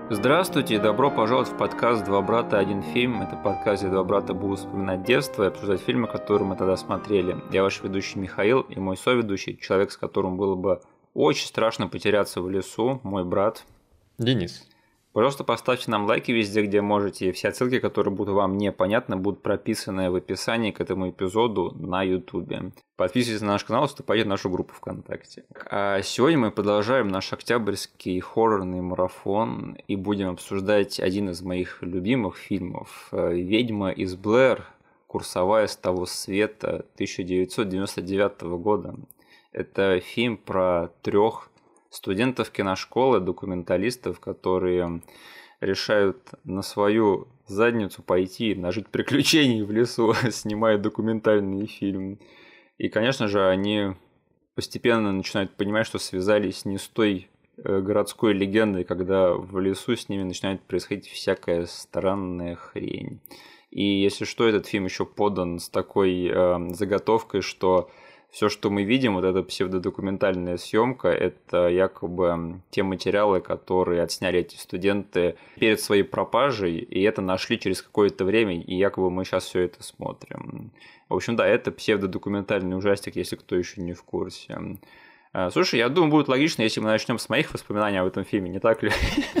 Здравствуйте и добро пожаловать в подкаст «Два брата. Один фильм». Это подкаст, где два брата будут вспоминать детство и обсуждать фильмы, которые мы тогда смотрели. Я ваш ведущий Михаил и мой соведущий, человек, с которым было бы очень страшно потеряться в лесу, мой брат Денис. Пожалуйста, поставьте нам лайки везде, где можете. Все отсылки, которые будут вам непонятны, будут прописаны в описании к этому эпизоду на YouTube. Подписывайтесь на наш канал, вступайте в нашу группу ВКонтакте. А сегодня мы продолжаем наш октябрьский хоррорный марафон и будем обсуждать один из моих любимых фильмов «Ведьма из Блэр. Курсовая с того света» 1999 года. Это фильм про трех студентов киношколы, документалистов, которые решают на свою задницу пойти нажить приключений в лесу, снимая документальный фильм. И, конечно же, они постепенно начинают понимать, что связались не с той городской легендой, когда в лесу с ними начинает происходить всякая странная хрень. И если что, этот фильм еще подан с такой заготовкой, что все, что мы видим, вот эта псевдодокументальная съемка, это якобы те материалы, которые отсняли эти студенты перед своей пропажей, и это нашли через какое-то время, и якобы мы сейчас все это смотрим. В общем, да, это псевдодокументальный ужастик, если кто еще не в курсе. Слушай, я думаю, будет логично, если мы начнем с моих воспоминаний об этом фильме, не так ли?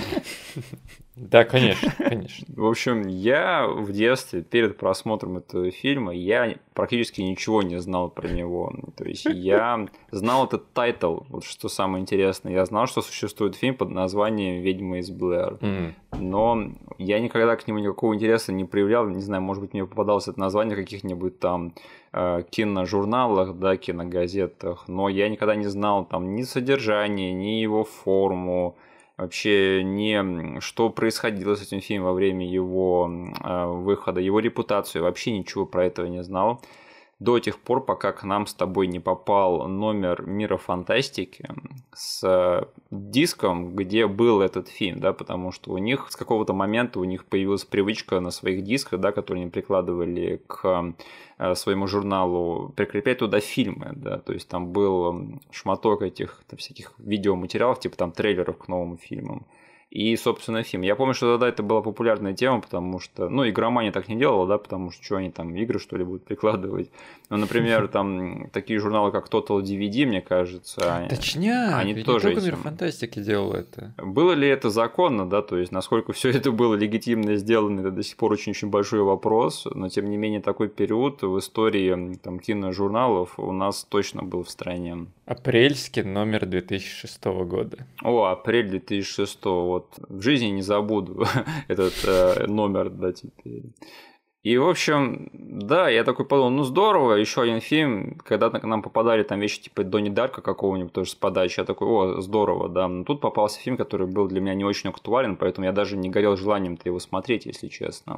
Да, конечно, конечно. В общем, я в детстве, перед просмотром этого фильма, я практически ничего не знал про него. То есть я знал этот тайтл, вот что самое интересное. Я знал, что существует фильм под названием «Ведьма из Блэр». Но я никогда к нему никакого интереса не проявлял. Не знаю, может быть, мне попадалось это название в каких-нибудь там киножурналах, да, киногазетах. Но я никогда не знал там ни содержания, ни его форму. Вообще не что происходило с этим фильмом во время его выхода, его репутацию, вообще ничего про это не знал. До тех пор, пока к нам с тобой не попал номер «Мира фантастики» с диском, где был этот фильм, да, потому что у них с какого-то момента у них появилась привычка на своих дисках, да, которые они прикладывали к своему журналу, прикреплять туда фильмы, да, то есть там был шматок этих всяких видеоматериалов, типа там трейлеров к новым фильмам. И, собственно, фильм. Я помню, что тогда это была популярная тема, потому что, ну, игромания так не делала, да, потому что что они там, игры, что ли, будут прикладывать. Ну, например, там такие журналы, как Total DVD, мне кажется, Точняк, они ведь тоже не только Мир этим... фантастики делал это. Было ли это законно, да, то есть насколько все это было легитимно сделано, это до сих пор очень-очень большой вопрос, но тем не менее такой период в истории там киножурналов у нас точно был в стране. Апрельский номер 2006 года. О, апрель 2006, вот в жизни не забуду этот номер, да, теперь. И, в общем, да, я такой подумал, ну здорово, еще один фильм, когда к нам попадали там вещи типа Донни Дарка какого-нибудь тоже с подачи, я такой, о, здорово, да. Но тут попался фильм, который был для меня не очень актуален, поэтому я даже не горел желанием-то его смотреть, если честно.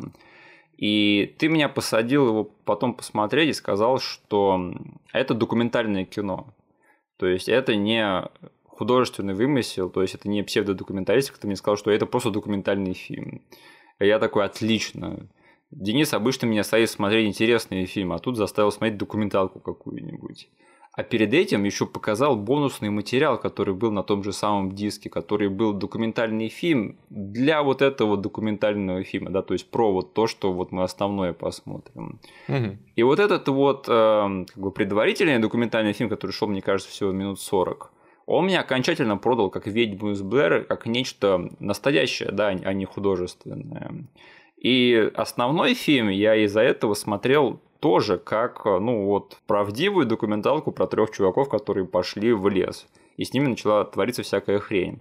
И ты меня посадил его потом посмотреть и сказал, что это документальное кино. То есть это не художественный вымысел, то есть это не псевдодокументалистика, ты мне сказал, что это просто документальный фильм. И я такой, отлично. Денис обычно меня ставит смотреть интересные фильмы, а тут заставил смотреть документалку какую-нибудь. А перед этим еще показал бонусный материал, который был на том же самом диске, который был документальный фильм для вот этого документального фильма, да, то есть про вот то, что вот мы основное посмотрим. И вот этот вот как бы предварительный документальный фильм, который шел, мне кажется, всего минут 40, он меня окончательно продал как «Ведьму из Блэр», как нечто настоящее, да, а не художественное. И основной фильм я из-за этого смотрел тоже как, ну вот, правдивую документалку про трех чуваков, которые пошли в лес. И с ними начала твориться всякая хрень.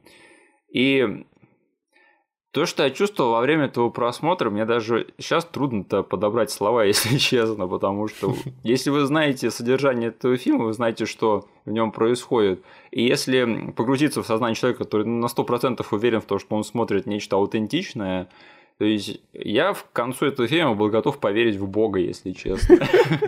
И то, что я чувствовал во время этого просмотра, мне даже сейчас трудно-то подобрать слова, если честно, потому что если вы знаете содержание этого фильма, вы знаете, что в нем происходит. И если погрузиться в сознание человека, который на 100% уверен в том, что он смотрит нечто аутентичное, то есть я к концу этого фильма был готов поверить в Бога, если честно.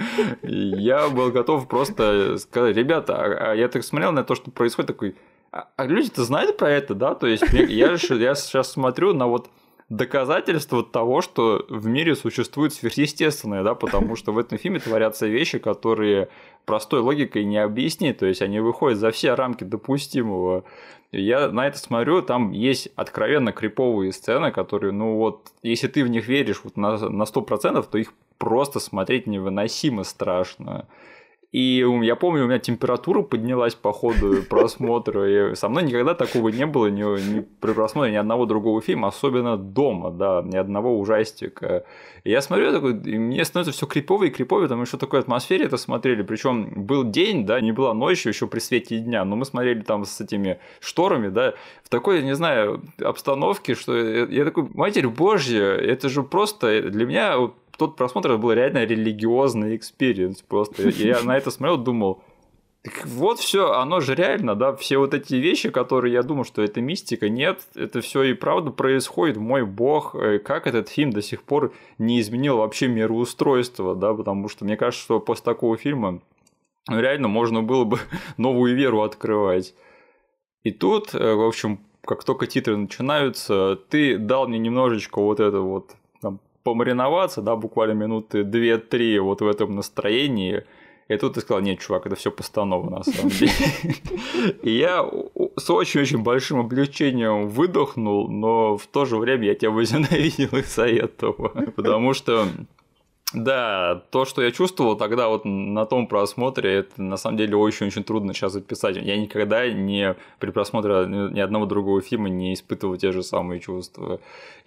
Я был готов просто сказать, ребята, я так смотрел на то, что происходит, такой, а люди-то знают про это, да? То есть я сейчас смотрю на вот доказательство того, что в мире существует сверхъестественное, да, потому что в этом фильме творятся вещи, которые простой логикой не объяснить, то есть они выходят за все рамки допустимого. Я на это смотрю, там есть откровенно криповые сцены, которые, ну вот, если ты в них веришь вот на 100%, то их просто смотреть невыносимо страшно. И я помню, у меня температура поднялась по ходу просмотра, и со мной никогда такого не было ни при просмотре ни одного другого фильма, особенно дома, да, ни одного ужастика. И я смотрю такой, и мне становится все криповее и криповее, потому что в такой атмосфере это смотрели, причем был день, да, не была ночь еще при свете дня, но мы смотрели там с этими шторами, да, в такой, не знаю, обстановке, что я такой, Матерь Божья, это же просто для меня... Тот просмотр был реально религиозный экспириенс просто. Я на это смотрел, думал, вот все, оно же реально, да, все вот эти вещи, которые я думал, что это мистика, нет, это все и правда происходит, мой бог, как этот фильм до сих пор не изменил вообще мироустройство, да, потому что мне кажется, что после такого фильма реально можно было бы новую веру открывать. И тут, в общем, как только титры начинаются, ты дал мне немножечко вот это вот помариноваться, да, буквально минуты 2-3 вот в этом настроении. И тут ты сказал, нет, чувак, это все постанова на самом деле. И я с очень-очень большим облегчением выдохнул, но в то же время я тебя возненавидел из-за этого. Потому что, да, то, что я чувствовал тогда вот на том просмотре, это на самом деле очень-очень трудно сейчас описать. Я никогда при просмотре ни одного другого фильма не испытывал те же самые чувства.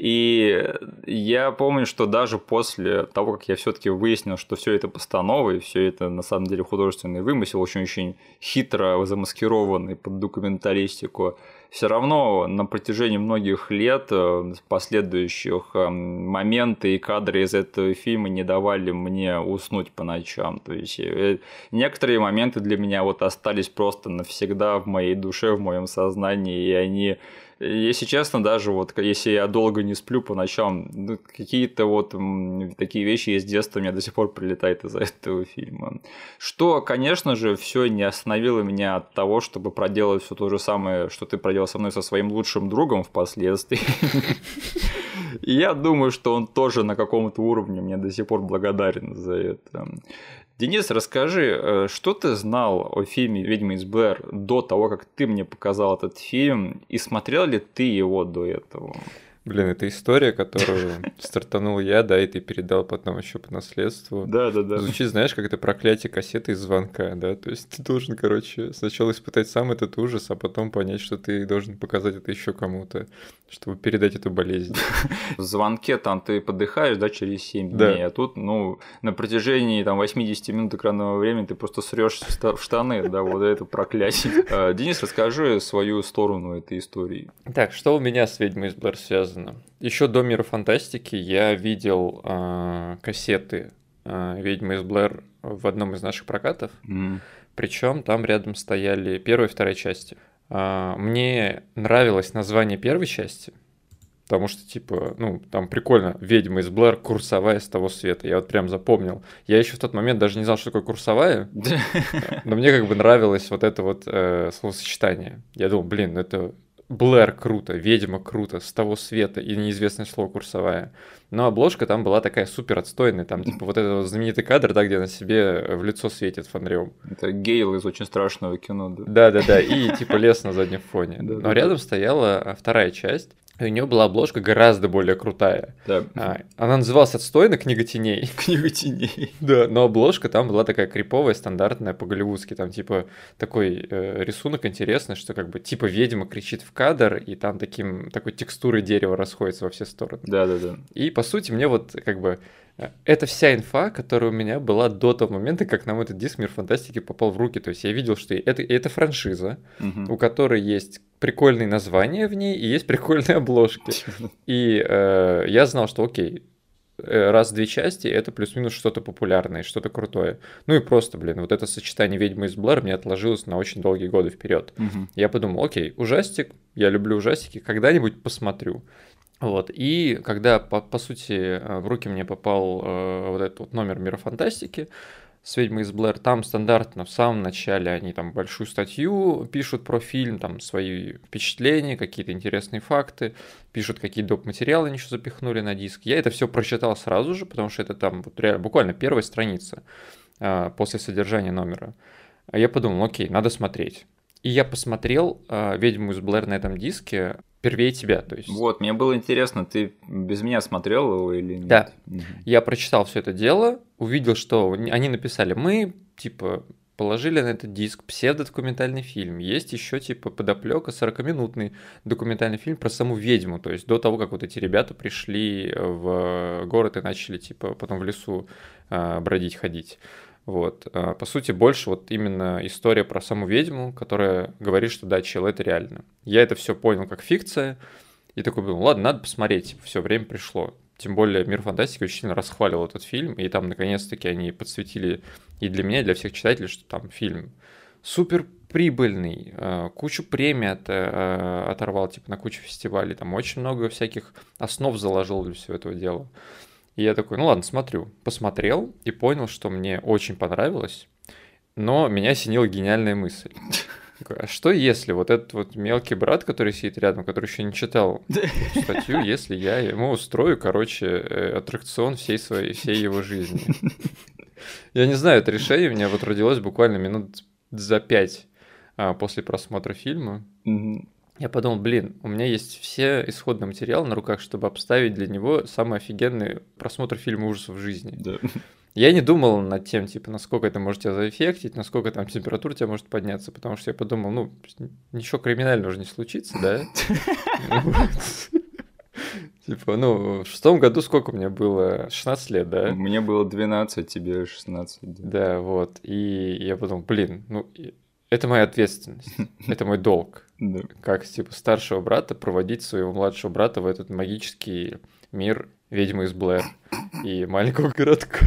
И я помню, что даже после того, как я все-таки выяснил, что все это постанова, и все это на самом деле художественный вымысел, очень-очень хитро замаскированный под документалистику, все равно на протяжении многих лет последующих моменты и кадры из этого фильма не давали мне уснуть по ночам. То есть некоторые моменты для меня вот остались просто навсегда в моей душе, в моем сознании, и они, если честно, даже вот если я долго не сплю по ночам, ну, какие-то вот такие вещи из детства мне до сих пор прилетают из-за этого фильма. Что, конечно же, все не остановило меня от того, чтобы проделать все то же самое, что ты проделал со мной со своим лучшим другом впоследствии. И я думаю, что он тоже на каком-то уровне мне до сих пор благодарен за это. Денис, расскажи, что ты знал о фильме «Ведьма из Блэр» до того, как ты мне показал этот фильм, и смотрел ли ты его до этого? Блин, это история, которую стартанул я, да, и ты передал потом еще по наследству. Да. Звучит, знаешь, как это проклятие кассеты из звонка, да, то есть ты должен, короче, сначала испытать сам этот ужас, а потом понять, что ты должен показать это еще кому-то, чтобы передать эту болезнь. В звонке там ты подыхаешь, да, через 7 дней, а тут, ну, на протяжении там 80 минут экранного времени ты просто срёшься в штаны, да, вот это проклятие. Денис, расскажи свою сторону этой истории. Так, что у меня с «Ведьмой из Блэр» связано? Еще до «Мира фантастики» я видел кассеты «Ведьмы из Блэр» в одном из наших прокатов. Причем там рядом стояли первая и вторая части. Мне нравилось название первой части, потому что, типа, ну, там прикольно, «Ведьма из Блэр», курсовая с того света. Я вот прям запомнил. Я еще в тот момент даже не знал, что такое курсовая, но мне как бы нравилось вот это вот словосочетание. Я думал, блин, это... Блэр круто, ведьма круто, с того света и неизвестное слово курсовая. Но обложка там была такая супер отстойная, там типа вот этот вот знаменитый кадр, да, где она себе в лицо светит фонарем. Это Гейл из «Очень страшного кино», да? Да, и типа лес на заднем фоне. Но рядом стояла вторая часть, и у нее была обложка гораздо более крутая. Да. Она называлась «Отстойно. Книга теней». Книга теней. Да, но обложка там была такая криповая, стандартная, по-голливудски. Там типа такой рисунок интересный, что как бы типа ведьма кричит в кадр, и там такой текстурой дерева расходится во все стороны. Да. И по сути мне вот как бы... Это вся инфа, которая у меня была до того момента, как нам этот диск «Мир фантастики» попал в руки. То есть я видел, что это франшиза, у которой есть прикольные названия в ней и есть прикольные обложки. И я знал, что окей, раз в 2 части это плюс-минус что-то популярное, что-то крутое. Ну и просто, блин, вот это сочетание «Ведьмы из Блэр» мне отложилось на очень долгие годы вперед. Я подумал, окей, ужастик, я люблю ужастики, когда-нибудь посмотрю. Вот, и когда, по сути, в руки мне попал вот этот вот номер «Мира фантастики», с «Ведьмой из Блэр», там стандартно в самом начале они там большую статью пишут про фильм, там свои впечатления, какие-то интересные факты, пишут, какие доп. Материалы они еще запихнули на диск. Я это все прочитал сразу же, потому что это там вот реально буквально первая страница после содержания номера. А я подумал, окей, надо смотреть. И я посмотрел «Ведьму из Блэр» на этом диске первее тебя, то есть... Вот, мне было интересно, ты без меня смотрел его или нет? Да, я прочитал все это дело, увидел, что они написали, мы, типа, положили на этот диск псевдодокументальный фильм, есть еще, типа, подоплека 40-минутный документальный фильм про саму ведьму, то есть до того, как вот эти ребята пришли в город и начали, типа, потом в лесу бродить, ходить. Вот. По сути, больше вот именно история про саму ведьму, которая говорит, что да, чел, это реально. Я это все понял как фикция, и такой был, ладно, надо посмотреть, все время пришло. Тем более «Мир фантастики» очень сильно расхваливал этот фильм, и там наконец-таки они подсветили и для меня, и для всех читателей, что там фильм супер прибыльный, кучу премий оторвал, типа, на кучу фестивалей, там очень много всяких основ заложил для всего этого дела. И я такой, ну ладно, смотрю. Посмотрел и понял, что мне очень понравилось, но меня осенила гениальная мысль. А что если вот этот вот мелкий брат, который сидит рядом, который еще не читал эту статью, если я ему устрою, короче, аттракцион всей его жизни? Я не знаю, это решение у меня вот родилось буквально минут за 5 после просмотра фильма. Я подумал, блин, у меня есть все исходные материалы на руках, чтобы обставить для него самый офигенный просмотр фильма ужасов в жизни. Да. Я не думал над тем, типа, насколько это может тебя заэффектить, насколько там температура тебя может подняться, потому что я подумал, ну, ничего криминального же не случится, да? Типа, ну, в 6-м году сколько мне было? 16 лет, да? Мне было 12, тебе 16. Да, вот. И я подумал, блин, ну, это моя ответственность, это мой долг. Как, типа, старшего брата проводить своего младшего брата в этот магический мир «Ведьмы из Блэр» и маленького городка.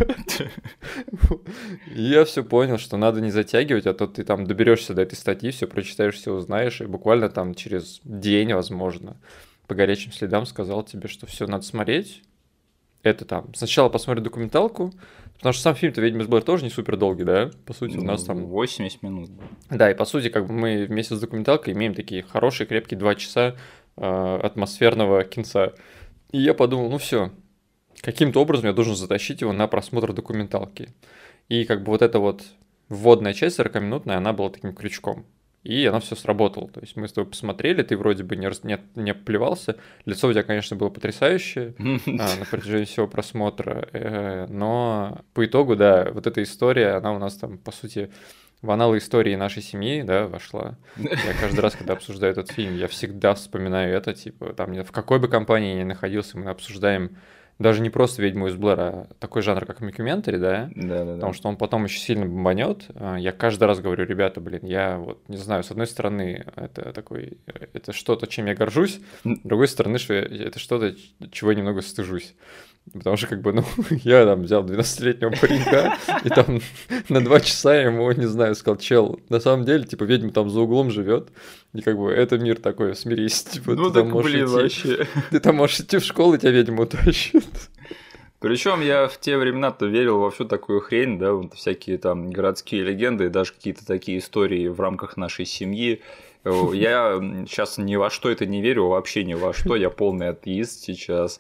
И я все понял, что надо не затягивать, а то ты там доберешься до этой статьи, все прочитаешь, все узнаешь, и буквально там через день, возможно, по горячим следам сказал тебе, что все надо смотреть. Это там. Сначала посмотрю документалку, потому что сам фильм-то «Ведьма из Блэр» тоже не супер долгий, да? По сути, у нас там... 80 минут. Да, и по сути, как бы мы вместе с документалкой имеем такие хорошие, крепкие 2 часа атмосферного кинца. И я подумал, ну все, каким-то образом я должен затащить его на просмотр документалки. И как бы вот эта вот вводная часть 40-минутная, она была таким крючком. И она все сработала. То есть мы с тобой посмотрели, ты вроде бы не плевался. Лицо у тебя, конечно, было потрясающее на протяжении всего просмотра. Но по итогу, да, вот эта история, она у нас там, по сути, в аналы истории нашей семьи, да, вошла. Я каждый раз, когда обсуждаю этот фильм, я всегда вспоминаю это, типа, там, в какой бы компании я ни находился, мы обсуждаем даже не просто «Ведьму из Блэр», а такой жанр, как мокюментари, да? Да. Потому что он потом еще сильно бомбанет. Я каждый раз говорю, ребята, блин, я вот не знаю, с одной стороны, это что-то, чем я горжусь, с другой стороны, что это что-то, чего я немного стыжусь. Потому что, как бы, ну, я там взял 12-летнего паренька, и там на 2 часа ему, не знаю, сказал, чел, на самом деле, типа, ведьма там за углом живет, и как бы это мир такой, смирись, типа, ну, ты так, там можешь идти, вообще. Ты там можешь идти в школу, и тебя ведьма утащит. Причем я в те времена-то верил во всю такую хрень, да, вот всякие там городские легенды, даже какие-то такие истории в рамках нашей семьи. Я сейчас ни во что это не верю, вообще ни во что, я полный атеист сейчас,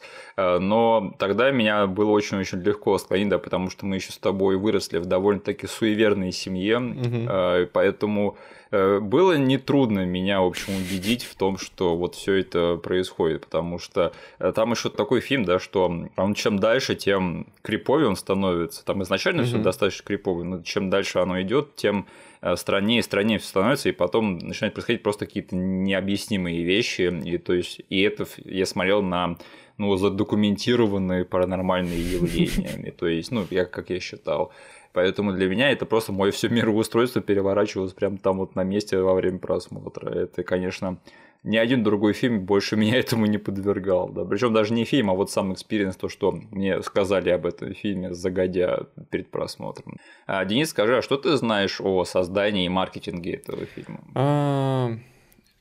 но тогда меня было очень-очень легко склонить, да, потому что мы еще с тобой выросли в довольно-таки суеверной семье, поэтому было нетрудно меня, в общем, убедить в том, что вот все это происходит, потому что там еще такой фильм, да, что он чем дальше, тем криповее он становится, там изначально все достаточно криповое, но чем дальше оно идет, тем страннее и страннее все становится, и потом начинают происходить просто какие-то необъяснимые вещи. И, то есть, и это я смотрел на задокументированные паранормальные явления. И, то есть, как я считал. Поэтому для меня это просто мое все мироустройство переворачивалось прямо там вот на месте во время просмотра. Это, конечно, ни один другой фильм больше меня этому не подвергал. Да. Причем даже не фильм, а вот сам экспириенс, то, что мне сказали об этом фильме загодя перед просмотром. Денис, скажи, а что ты знаешь о создании и маркетинге этого фильма?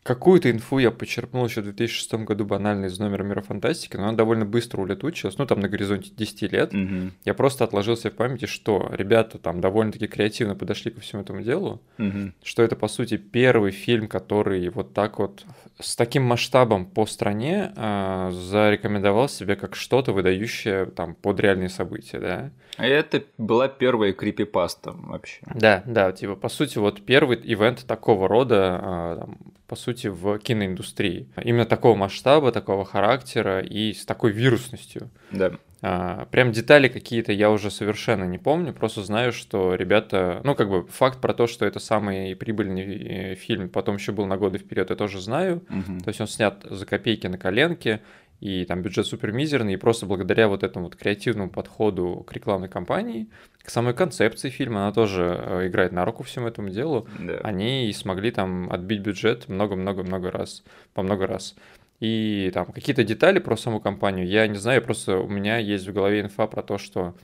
Какую-то инфу я почерпнул еще в 2006 году банально из номера «Мира фантастики», но она довольно быстро улетучилась, ну там на горизонте 10 лет. Мгм. Я просто отложил себе в памяти, что ребята там довольно-таки креативно подошли ко всему этому делу, Мгм. что это, по сути, первый фильм, который вот так вот с таким масштабом по стране зарекомендовал себя как что-то выдающее там под реальные события, да. А это была первая крипипаста вообще. Да, да, типа, по сути, вот первый ивент такого рода, там, по сути, в киноиндустрии. Именно такого масштаба, такого характера и с такой вирусностью. Да. Прям детали какие-то я уже совершенно не помню, просто знаю, что ребята, ну, как бы факт про то, что это самый прибыльный фильм, потом еще был на годы вперед, я тоже знаю. Мгм. То есть он снят за копейки на коленке, и там бюджет супер мизерный, и просто благодаря вот этому вот креативному подходу к рекламной кампании, к самой концепции фильма, она тоже играет на руку всему этому делу, Да. они и смогли там отбить бюджет много-много-много раз, по много раз. И там какие-то детали про саму компанию, я не знаю, просто у меня есть в голове инфа про то, что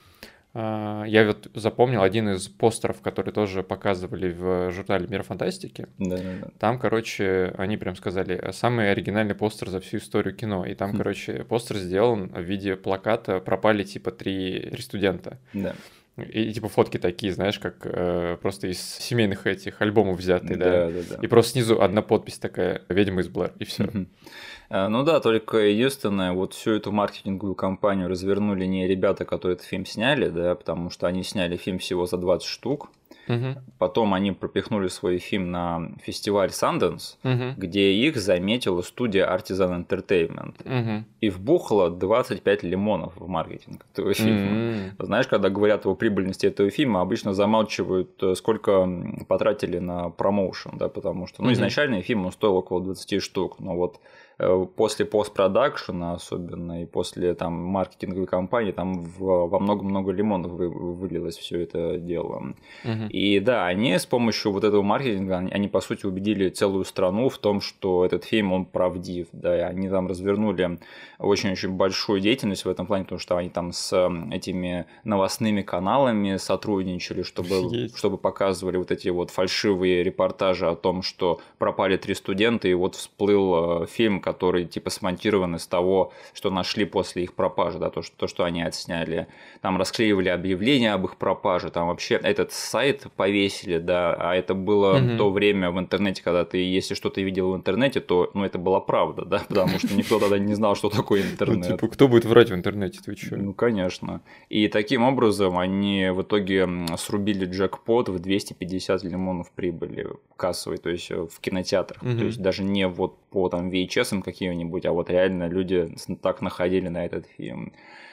я вот запомнил один из постеров, который тоже показывали в журнале «Мир фантастики». Да. Там, короче, они прям сказали, самый оригинальный постер за всю историю кино. И там, короче, постер сделан в виде плаката «Пропали, типа, три студента». Да. И типа фотки такие, знаешь, как просто из семейных этих альбомов взятые, да. Да. И просто снизу одна подпись такая «Ведьма из Блэр», и все. Мгм. Ну да, только единственное, вот всю эту маркетинговую кампанию развернули не ребята, которые этот фильм сняли, да, потому что они сняли фильм всего за 20 штук. Потом они пропихнули свой фильм на фестиваль Sundance, где их заметила студия Artisan Entertainment и вбухала 25 лимонов в маркетинг этого фильма. Знаешь, когда говорят о прибыльности этого фильма, обычно замалчивают, сколько потратили на промоушен, да, потому что, ну, изначально фильм он стоил около 20 штук, но вот после постпродакшена особенно и после там маркетинговой кампании там во много-много лимонов вылилось все это дело. И да, они с помощью вот этого маркетинга, они по сути убедили целую страну в том, что этот фильм, он правдив, да, и они там развернули очень-очень большую деятельность в этом плане, потому что они там с этими новостными каналами сотрудничали, чтобы показывали вот эти вот фальшивые репортажи о том, что пропали 3 студента, и вот всплыл фильм, который типа смонтирован из того, что нашли после их пропажи, да, то, что они отсняли. Там расклеивали объявления об их пропаже, там вообще этот сайт повесили, да, а это было то время в интернете, когда ты, если что-то видел в интернете, то, ну, это была правда, да, потому что никто тогда не знал, что такое интернет. Ну, типа, кто будет врать в интернете, ты чё? Ну, конечно. И таким образом они в итоге срубили джекпот в 250 лимонов прибыли кассовой, то есть в кинотеатрах. То есть даже не вот по там VHS каким-нибудь, а вот реально люди так находили на этот фильм.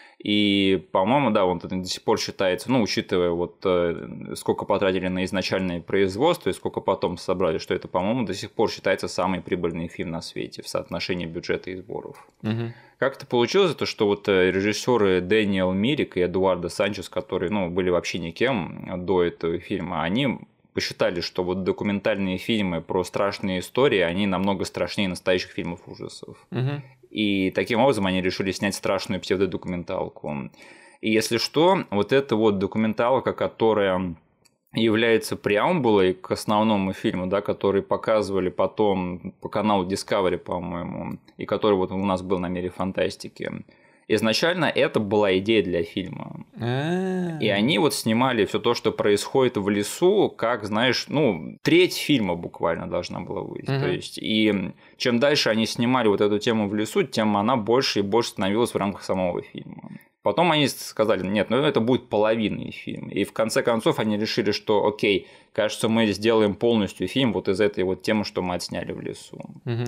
И, по-моему, да, он до сих пор считается, ну, учитывая вот сколько потратили на изначальное производство и сколько потом собрали, что это, по-моему, до сих пор считается самый прибыльный фильм на свете в соотношении бюджета и сборов. Как это получилось, то что вот режиссеры Дэниел Мирик и Эдуардо Санчес, которые, ну, были вообще никем до этого фильма, они посчитали, что вот документальные фильмы про страшные истории, они намного страшнее настоящих фильмов ужасов. И таким образом они решили снять страшную псевдодокументалку. И если что, вот эта вот документалка, которая является преамбулой к основному фильму, да, который показывали потом по каналу Discovery, по-моему, и который вот у нас был на «Мире фантастики», изначально это была идея для фильма. И они вот снимали все то, что происходит в лесу, как, знаешь, ну, треть фильма буквально должна была выйти. То есть, и чем дальше они снимали вот эту тему в лесу, тем она больше и больше становилась в рамках самого фильма. Потом они сказали, нет, ну это будет половинный фильм. И в конце концов они решили, что окей, кажется, мы сделаем полностью фильм вот из этой вот темы, что мы отсняли в лесу.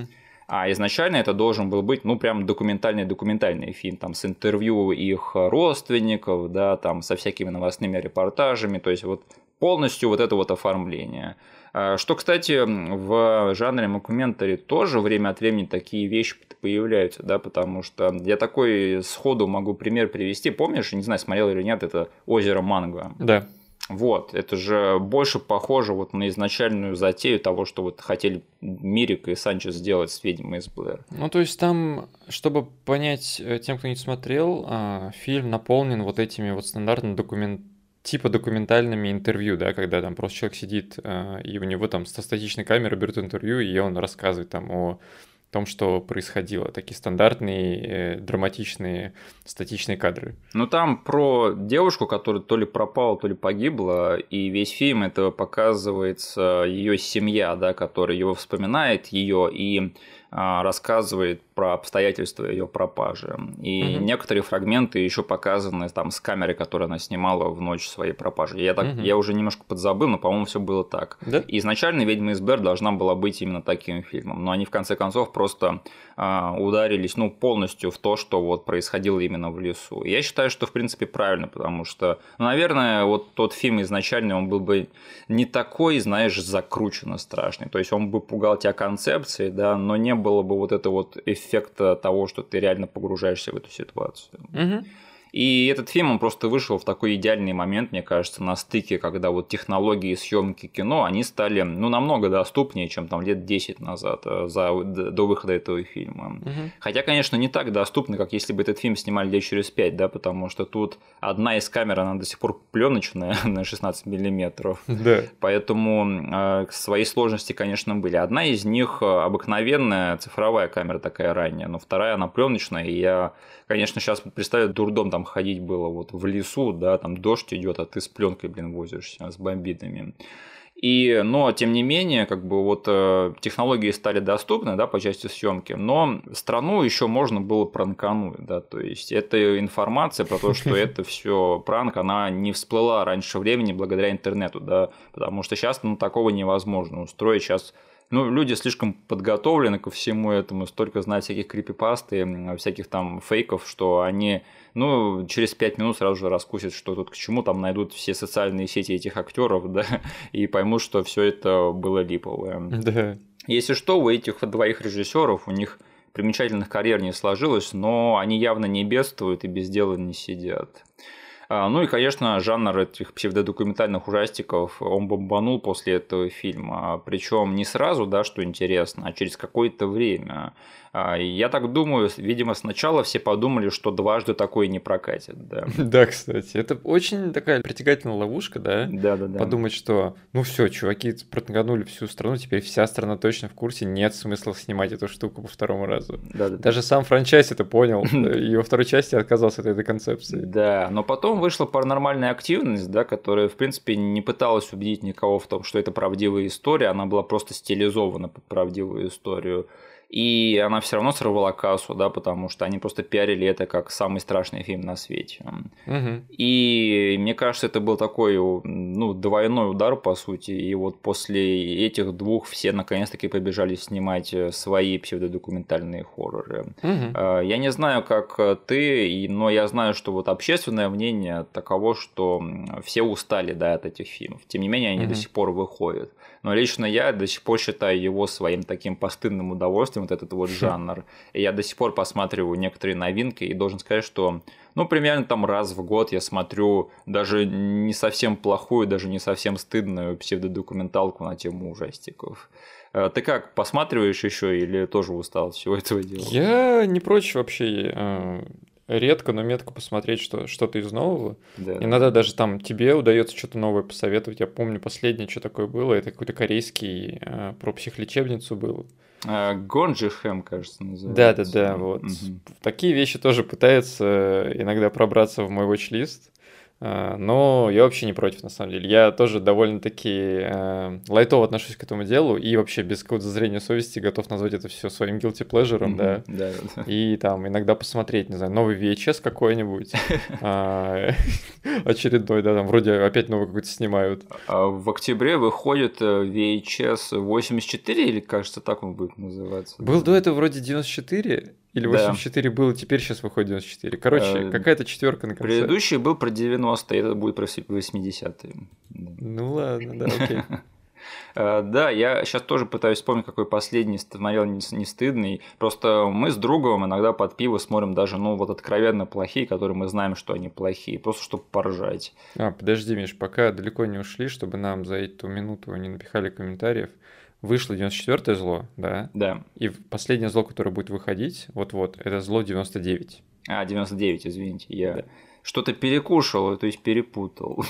А изначально это должен был быть, ну, прям документальный фильм, там, с интервью их родственников, да, там, со всякими новостными репортажами, то есть вот полностью вот это вот оформление. Что, кстати, в жанре мокюментари тоже время от времени такие вещи появляются, да, потому что я такой сходу могу пример привести. Помнишь, не знаю, смотрел или нет, это «Озеро Манго». Да. Вот, это же больше похоже вот на изначальную затею того, что вот хотели Мирик и Санчес сделать с «Ведьмой из Блэр». Ну, то есть там, чтобы понять тем, кто не смотрел, фильм наполнен вот этими вот стандартно типа документальными интервью, да, когда там просто человек сидит, и у него там со статичной камеры берут интервью, и он рассказывает там о том, что происходило. Такие стандартные, драматичные, статичные кадры. Ну, там про девушку, которая то ли пропала, то ли погибла, и весь фильм это показывается ее семья, да, которая его вспоминает, ее и рассказывает про обстоятельства ее пропажи. И некоторые фрагменты еще показаны там с камеры, которую она снимала в ночь своей пропажи. Я уже немножко подзабыл, но, по-моему, все было так. Да? И изначально «Ведьма из Блэр» должна была быть именно таким фильмом, но они в конце концов просто ударились полностью в то, что вот происходило именно в лесу. И я считаю, что в принципе правильно, потому что, наверное, вот тот фильм изначально он был бы не такой, знаешь, закрученно страшный. То есть он бы пугал тебя концепцией, да, но не было бы вот этого вот эффекта того, что ты реально погружаешься в эту ситуацию. И этот фильм, он просто вышел в такой идеальный момент, мне кажется, на стыке, когда вот технологии съемки кино, они стали, намного доступнее, чем там лет 10 назад, до выхода этого фильма. Хотя, конечно, не так доступны, как если бы этот фильм снимали лет через 5, да, потому что тут одна из камер, она до сих пор пленочная на 16 миллиметров. Да. Поэтому свои сложности, конечно, были. Одна из них обыкновенная цифровая камера такая ранняя, но вторая, она пленочная, и я, конечно, сейчас представляю, дурдом там ходить было вот в лесу, да, там дождь идет, а ты с пленкой, возишься, с бомбидами. Но, тем не менее, как бы вот технологии стали доступны, да, по части съемки, но страну еще можно было пранкануть, да, то есть эта информация про то, что это все пранк, она не всплыла раньше времени благодаря интернету, да, потому что сейчас такого невозможно устроить, сейчас люди слишком подготовлены ко всему этому, столько знают всяких крипипаст и всяких там фейков, что они, через 5 минут сразу же раскусят, что тут к чему, там найдут все социальные сети этих актеров, да, и поймут, что все это было липовое. Да. Если что, у этих двоих режиссеров у них примечательных карьер не сложилось, но они явно не бедствуют и без дела не сидят. И, конечно, жанр этих псевдодокументальных ужастиков, он бомбанул после этого фильма. Причем не сразу, да, что интересно, а через какое-то время. Я так думаю, видимо, сначала все подумали, что дважды такое не прокатит. Да, да, кстати, это очень такая притягательная ловушка, да? Да. Подумать, что, все, чуваки протаганули всю страну, теперь вся страна точно в курсе, нет смысла снимать эту штуку по второму разу. Да. Даже сам франчайз это понял, и во второй части отказался от этой концепции. Да, но потом вышла «Паранормальная активность», да, которая, в принципе, не пыталась убедить никого в том, что это правдивая история, она была просто стилизована под правдивую историю. И она все равно сорвала кассу, да, потому что они просто пиарили это как самый страшный фильм на свете. И мне кажется, это был такой, двойной удар, по сути. И вот после этих двух все наконец-таки побежали снимать свои псевдодокументальные хорроры. Я не знаю, как ты, но я знаю, что вот общественное мнение таково, что все устали, да, от этих фильмов. Тем не менее, они до сих пор выходят. Но лично я до сих пор считаю его своим таким постыдным удовольствием, вот этот вот жанр. И я до сих пор посматриваю некоторые новинки и должен сказать, что примерно там раз в год я смотрю даже не совсем плохую, даже не совсем стыдную псевдодокументалку на тему ужастиков. Ты как, посматриваешь еще или тоже устал от всего этого дела? Я не прочь вообще редко, но метко посмотреть что-то из нового. Да. Иногда даже там тебе удается что-то новое посоветовать. Я помню, последнее, что такое было, это какой-то корейский про психлечебницу был. Гонджихэм, кажется, называется. Да, вот. Такие вещи тоже пытаются иногда пробраться в мой watch-лист. Но я вообще не против, на самом деле. Я тоже довольно-таки лайтово отношусь к этому делу и вообще без какого-то зазрения совести готов назвать это все своим guilty pleasure, да. И там иногда посмотреть, не знаю, новый VHS какой-нибудь очередной, да, там вроде опять новый какой-то снимают. В октябре выходит VHS 84, или, кажется, так он будет называться. Был до этого вроде 94, или 84 было, теперь сейчас выходит 94. Короче, какая-то четверка на конце. Предыдущий был про 90-е, это будет про 80-е. Ну ладно, да, окей. Да, я сейчас тоже пытаюсь вспомнить, какой последний смотрел не стыдный. Просто мы с другом иногда под пиво смотрим даже, вот откровенно плохие, которые мы знаем, что они плохие, просто чтобы поржать. Подожди, Миш, пока далеко не ушли, чтобы нам за эту минуту не напихали комментариев. Вышло 94-е зло, да? Да. И последнее зло, которое будет выходить, вот-вот, это зло 99. 99, извините, я что-то перекушал, то есть перепутал.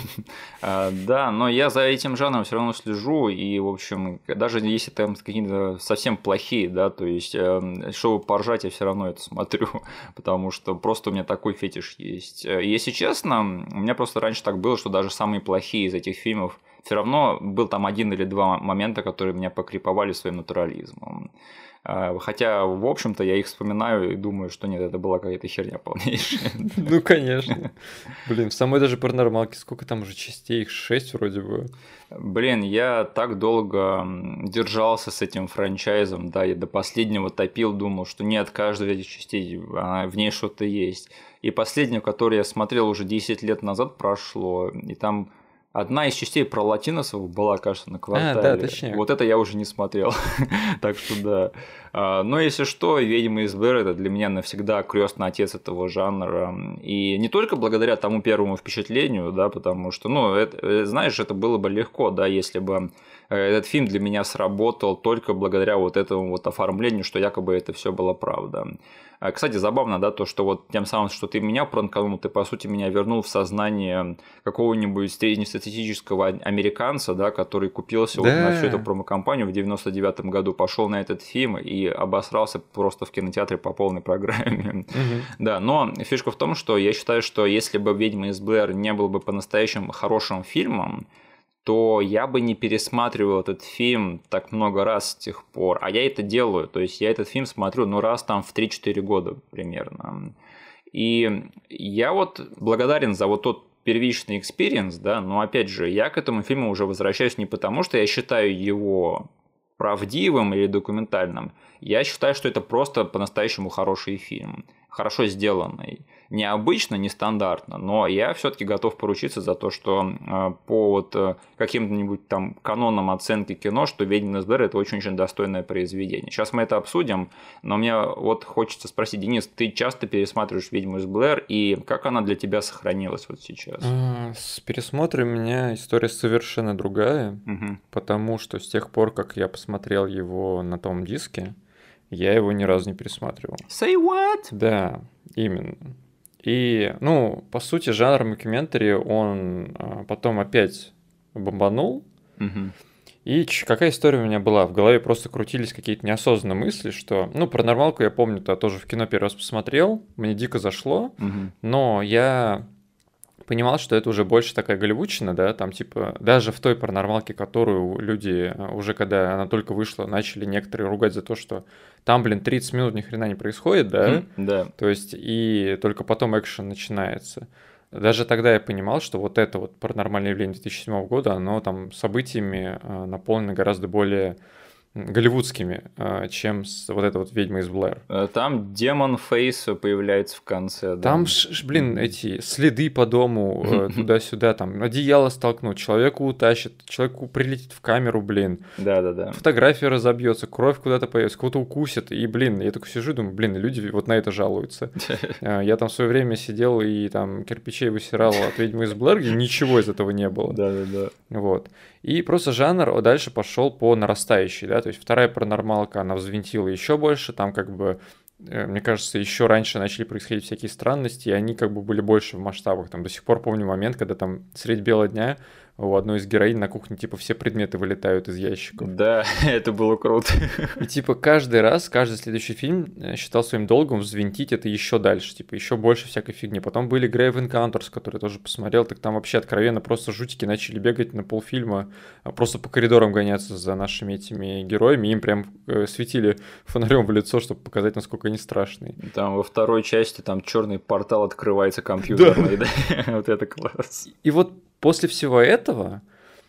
Да, но я за этим жанром все равно слежу, и, в общем, даже если там какие-то совсем плохие, да, то есть шоу поржать, я все равно это смотрю, потому что просто у меня такой фетиш есть. Если честно, у меня просто раньше так было, что даже самые плохие из этих фильмов, все равно был там 1 или 2 момента, которые меня покриповали своим натурализмом. Хотя, в общем-то, я их вспоминаю и думаю, что нет, это была какая-то херня полнейшая. Ну, конечно. Блин, в самой даже паранормалке сколько там уже частей? Их 6 вроде бы. Блин, я так долго держался с этим франчайзом, да, я до последнего топил, думал, что нет, каждой из этих частей в ней что-то есть. И последнюю, которую я смотрел уже 10 лет назад прошло, и там одна из частей про латиносов была, кажется, на квартале. Да, точнее. Вот это я уже не смотрел. Так что да. Но если что, «Ведьма из Блэр» — это для меня навсегда крестный отец этого жанра. И не только благодаря тому первому впечатлению, да, потому что, ну, это, знаешь, это было бы легко, да, если бы этот фильм для меня сработал только благодаря вот этому вот оформлению, что якобы это все было правда. Кстати, забавно, да, то, что вот тем самым, что ты меня пранканул, ты, по сути, меня вернул в сознание какого-нибудь среднестатистического американца, да, который купился вот на всю эту промо-компанию в 99-м году, пошел на этот фильм и обосрался просто в кинотеатре по полной программе. Да, но фишка в том, что я считаю, что если бы «Ведьма из Блэр» не был бы по-настоящему хорошим фильмом, то я бы не пересматривал этот фильм так много раз с тех пор. А я это делаю. То есть я этот фильм смотрю, ну, раз там в 3-4 года примерно. И я вот благодарен за вот тот первичный экспириенс, да, но опять же, я к этому фильму уже возвращаюсь не потому, что я считаю его правдивым или документальным. Я считаю, что это просто по-настоящему хороший фильм, хорошо сделанный. Необычно, нестандартно, но я все-таки готов поручиться за то, что по вот каким-нибудь там канонам оценки кино, что «Ведьма из Блэр» — это очень-очень достойное произведение. Сейчас мы это обсудим, но мне вот хочется спросить, Денис, ты часто пересматриваешь «Ведьму из Блэр», и как она для тебя сохранилась вот сейчас? С пересмотром у меня история совершенно другая, потому что с тех пор, как я посмотрел его на том диске, я его ни разу не пересматривал. Say what? Да, именно. И, ну, по сути, жанр мокюментари, он потом опять бомбанул. И какая история у меня была? В голове просто крутились какие-то неосознанные мысли, что, ну, «Паранормалку» я помню, то тоже в кино первый раз посмотрел, мне дико зашло, но я понимал, что это уже больше такая голливудщина, да, там типа даже в той «Паранормалке», которую люди уже, когда она только вышла, начали некоторые ругать за то, что там, блин, 30 минут ни хрена не происходит, да? Да. То есть и только потом экшен начинается. Даже тогда я понимал, что вот это вот «Паранормальное явление» 2007 года, оно там событиями наполнено гораздо более голливудскими, чем вот эта вот «Ведьма из Блэр». Там демон Фейс появляется в конце. Да. Там, блин, эти следы по дому, туда-сюда, там одеяло столкнут, человеку утащит, человеку прилетит в камеру, блин. Да. Фотография разобьется, кровь куда-то появится, кого-то укусит, и, блин, я такой сижу и думаю, блин, люди вот на это жалуются. Я там в свое время сидел и там кирпичей высирал от «Ведьмы из Блэр», где ничего из этого не было. Да. Вот. И просто жанр дальше пошел по нарастающей, да, то есть вторая «Паранормалка», она взвинтила еще больше, там как бы, мне кажется, еще раньше начали происходить всякие странности, и они как бы были больше в масштабах. Там до сих пор помню момент, когда там средь бела дня у одной из героинь на кухне типа все предметы вылетают из ящиков. Да, это было круто. И типа каждый раз, каждый следующий фильм считал своим долгом взвинтить это еще дальше, типа еще больше всякой фигни. Потом были Grave Encounters, которые я тоже посмотрел, так там вообще откровенно просто жутики начали бегать на полфильма, просто по коридорам гоняться за нашими этими героями, им прям светили фонарем в лицо, чтобы показать, насколько они страшные. Там во второй части там черный портал открывается компьютерный, да? Вот это класс. И вот после всего этого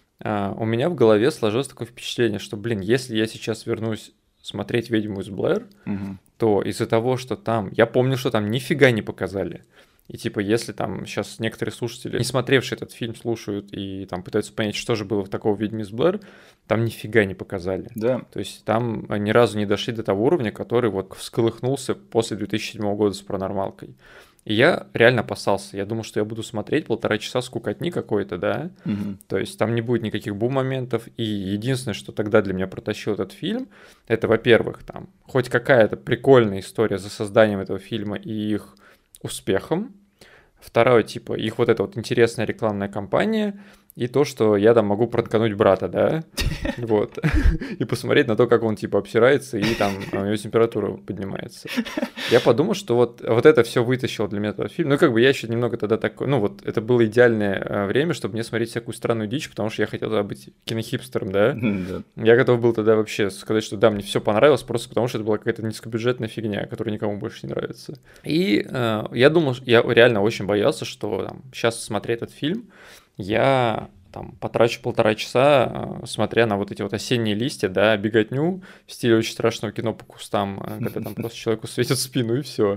у меня в голове сложилось такое впечатление, что, блин, если я сейчас вернусь смотреть «Ведьму из Блэр», то из-за того, что там... Я помню, что там нифига не показали. И типа, если там сейчас некоторые слушатели, не смотревшие этот фильм, слушают и там пытаются понять, что же было в такого «Ведьме из Блэр», там нифига не показали. Да. То есть там ни разу не дошли до того уровня, который вот всколыхнулся после 2007 года с «Паранормалкой». И я реально опасался. Я думал, что я буду смотреть 1,5 часа скукотни какой-то, да? То есть там не будет никаких бум-моментов. И единственное, что тогда для меня протащил этот фильм, это, во-первых, там хоть какая-то прикольная история за созданием этого фильма и их успехом. Второе, типа, их вот эта вот интересная рекламная кампания, и то, что я там могу проткануть брата, да, вот, и посмотреть на то, как он, типа, обсирается, и там у него температура поднимается. Я подумал, что вот это все вытащило для меня этот фильм. Ну, как бы я еще немного тогда такой, ну, вот это было идеальное время, чтобы мне смотреть всякую странную дичь, потому что я хотел тогда быть кинохипстером, да. Я готов был тогда вообще сказать, что да, мне все понравилось, просто потому что это была какая-то низкобюджетная фигня, которая никому больше не нравится. И я думал, я реально очень боялся, что там, сейчас, смотря этот фильм, я там потрачу 1,5 часа, смотря на вот эти вот осенние листья, да, беготню в стиле очень страшного кино по кустам, когда там просто человеку светит в спину и все.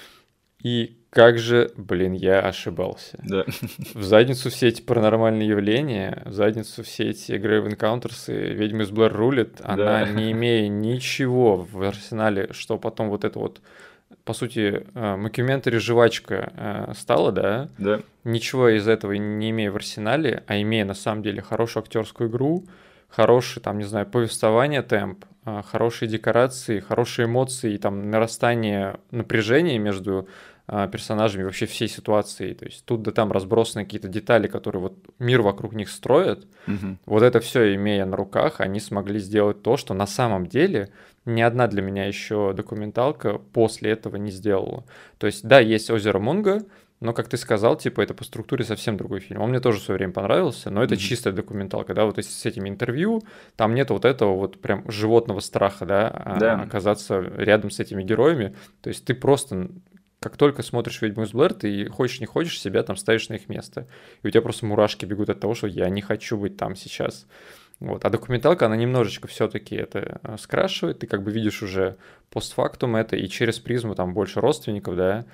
И как же, блин, я ошибался. Да. В задницу все эти паранормальные явления, в задницу все эти Grave Encounters и Ведьма из Блэр рулит, она, не имея ничего в арсенале, что потом вот это вот, по сути, мокюментари жвачка стала, да? Да. Ничего из этого не имея в арсенале, а имея на самом деле хорошую актерскую игру, хороший, там, не знаю, повествование, темп, хорошие декорации, хорошие эмоции и там нарастание напряжения между персонажами вообще всей ситуации. То есть тут да там разбросаны какие-то детали, которые вот мир вокруг них строят. Вот это все имея на руках, они смогли сделать то, что на самом деле ни одна для меня еще документалка после этого не сделала. То есть, да, есть «Озеро Мунго», но, как ты сказал, типа, это по структуре совсем другой фильм. Он мне тоже в свое время понравился, но это чистая документалка, да, вот с этими интервью, там нет вот этого вот прям животного страха, да, оказаться рядом с этими героями. То есть ты просто, как только смотришь «Ведьму из Блэр», ты хочешь не хочешь, себя там ставишь на их место. И у тебя просто мурашки бегут от того, что я не хочу быть там сейчас. Вот. А документалка, она немножечко все-таки это скрашивает, ты как бы видишь уже постфактум это и через призму там больше родственников, да,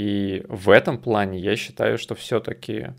и в этом плане я считаю, что все-таки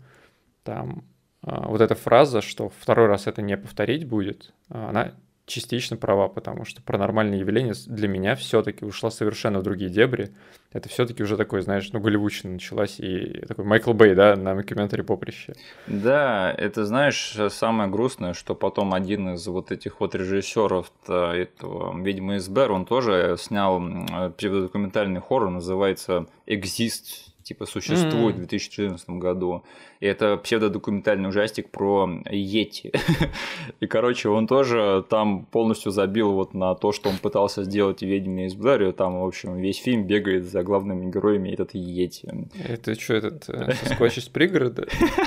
там вот эта фраза, что второй раз это не повторить будет, она частично права, потому что паранормальное явление для меня все-таки ушла совершенно в другие дебри. Это все-таки уже такой, знаешь, ну, голливудщина началась, и такой Майкл Бэй, да, на мокюментари поприще. Да, это, знаешь, самое грустное, что потом один из вот этих вот режиссеров этого «Ведьмы из Блэр», он тоже снял псевдодокументальный хоррор, называется «Exist», типа «Существует» в 2014 году. И это псевдодокументальный ужастик про Йети. И, короче, он тоже там полностью забил вот на то, что он пытался сделать в «Ведьме из Блэр», и там, в общем, весь фильм бегает за главными героями этот Йети. Это что, этот Скотч из пригорода?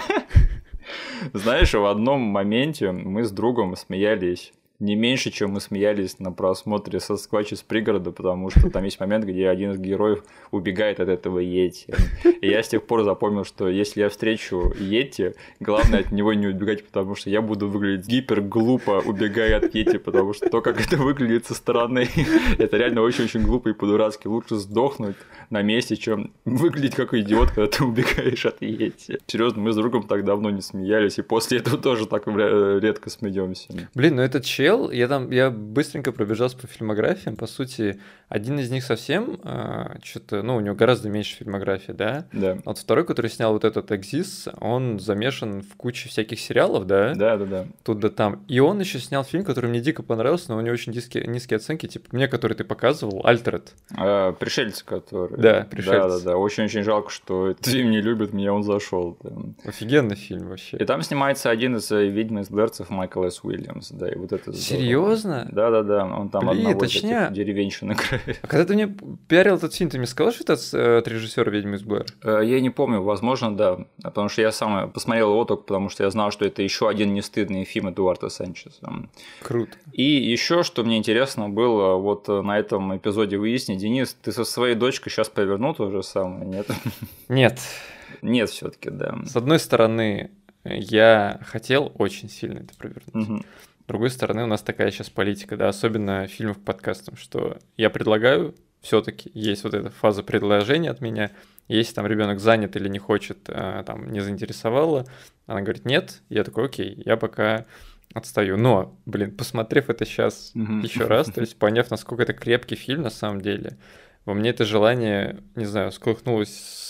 Знаешь, в одном моменте мы с другом смеялись не меньше, чем мы смеялись на просмотре «Сасквач из пригорода», потому что там есть момент, где один из героев убегает от этого Йети. И я с тех пор запомнил, что если я встречу Йети, главное от него не убегать, потому что я буду выглядеть гиперглупо, убегая от Йети, потому что то, как это выглядит со стороны, это реально очень-очень глупо и по-дурацки. Лучше сдохнуть на месте, чем выглядеть как идиот, когда ты убегаешь от Йети. Серьезно, мы с другом так давно не смеялись, и после этого тоже так редко смеемся. Блин, ну этот чел, я быстренько пробежался по фильмографиям, по сути, один из них совсем что-то, ну, у него гораздо меньше фильмографии, да? Да. А вот второй, который снял вот этот «Exist», он замешан в куче всяких сериалов, да? Да. Тут да там. И он еще снял фильм, который мне дико понравился, но у него очень низкие оценки, типа мне, который ты показывал, «Альтеред». Пришельцы, которые. Да, «Пришельцы». Да. Очень-очень жалко, что этот фильм не любит, мне он зашел. Офигенный фильм вообще. И там снимается один из «Ведьм из Блэрцев» Майкл С. Уильямс, да, и вот это Серьезно? Да, он там одного из этих деревенщин играет. А когда ты мне пиарил этот фильм, ты мне сказал, что это от режиссера «Ведьмы из Блэр»? Я не помню, возможно, да, потому что я сам посмотрел его только потому, что я знал, что это еще один нестыдный фильм Эдуарда Санчеса. Круто. И еще, что мне интересно было, вот на этом эпизоде выяснить, Денис, ты со своей дочкой сейчас повернул то же самое, нет? Нет. Нет, все-таки, да. С одной стороны, я хотел очень сильно это провернуть. С другой стороны, у нас такая сейчас политика, да, особенно фильмов к подкастам, что я предлагаю, все-таки есть вот эта фаза предложения от меня. Если там ребенок занят или не хочет, там не заинтересовало, она говорит нет, я такой окей, я пока отстаю. Но, блин, посмотрев это сейчас еще раз, то есть поняв, насколько это крепкий фильм на самом деле, во мне это желание, не знаю, сколыхнулось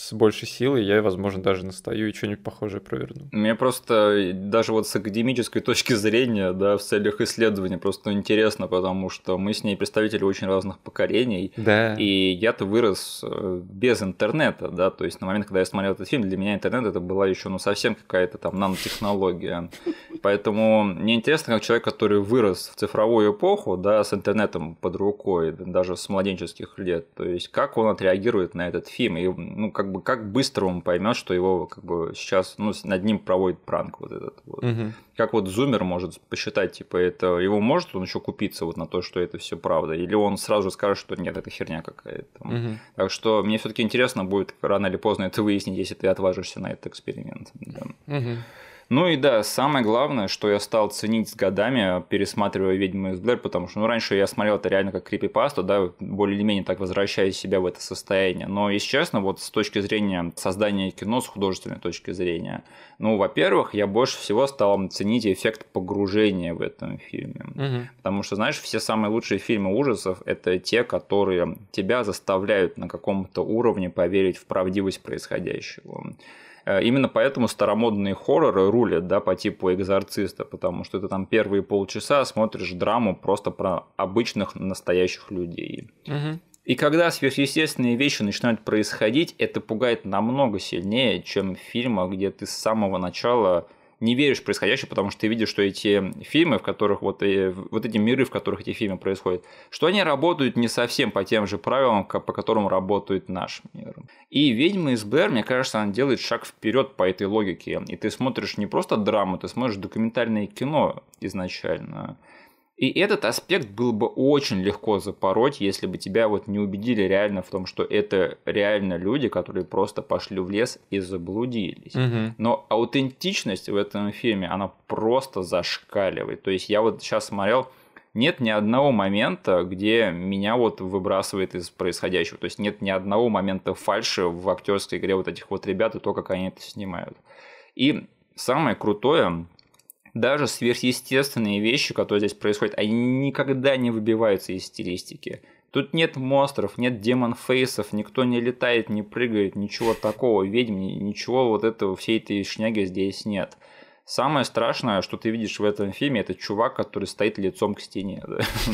с большей силой, я, возможно, даже настаю и что-нибудь похожее проверну. Мне просто даже вот с академической точки зрения, да, в целях исследования просто интересно, потому что мы с ней представители очень разных поколений, Да. и я-то вырос без интернета, да, то есть на момент, когда я смотрел этот фильм, для меня интернет это была еще ну совсем какая-то там нанотехнология, поэтому мне интересно, как человек, который вырос в цифровую эпоху, да, с интернетом под рукой, даже с младенческих лет, то есть как он отреагирует на этот фильм, и ну как бы как быстро он поймет, что его как бы сейчас ну, над ним проводит пранк вот этот вот. Как вот зумер может посчитать, типа, это его может он еще купиться вот на то, что это все правда, или он сразу скажет, что нет, это херня какая-то. Так что мне все-таки интересно будет рано или поздно это выяснить, если ты отважишься на этот эксперимент. Да. Ну и да, самое главное, что я стал ценить с годами, пересматривая «Ведьму из Блэр», потому что ну, раньше я смотрел это реально как крипипасту, да, более или менее так возвращая себя в это состояние. Но, если честно, вот с точки зрения создания кино, с художественной точки зрения, ну, во-первых, я больше всего стал ценить эффект погружения в этом фильме. Потому что, знаешь, все самые лучшие фильмы ужасов – это те, которые тебя заставляют на каком-то уровне поверить в правдивость происходящего. Именно поэтому старомодные хорроры рулят, да, по типу «Экзорциста», потому что ты там первые полчаса смотришь драму просто про обычных настоящих людей. И когда сверхъестественные вещи начинают происходить, это пугает намного сильнее, чем в фильмах, где ты с самого начала не веришь в происходящее, потому что ты видишь, что эти фильмы, в которых вот эти миры, в которых эти фильмы происходят, что они работают не совсем по тем же правилам, по которым работает наш мир. И «Ведьма из Блэр», мне кажется, она делает шаг вперед по этой логике. И ты смотришь не просто драму, ты смотришь документальное кино изначально. И этот аспект был бы очень легко запороть, если бы тебя вот не убедили реально в том, что это реально люди, которые просто пошли в лес и заблудились. Но аутентичность в этом фильме, она просто зашкаливает. То есть я вот сейчас смотрел, нет ни одного момента, где меня вот выбрасывает из происходящего. То есть нет ни одного момента фальши в актерской игре вот этих вот ребят и то, как они это снимают. И самое крутое, даже сверхъестественные вещи, которые здесь происходят, они никогда не выбиваются из стилистики. Тут нет монстров, нет демон-фейсов, никто не летает, не прыгает, ничего такого, ведьм, ничего вот этого, всей этой шняги здесь нет. Самое страшное, что ты видишь в этом фильме, это чувак, который стоит лицом к стене.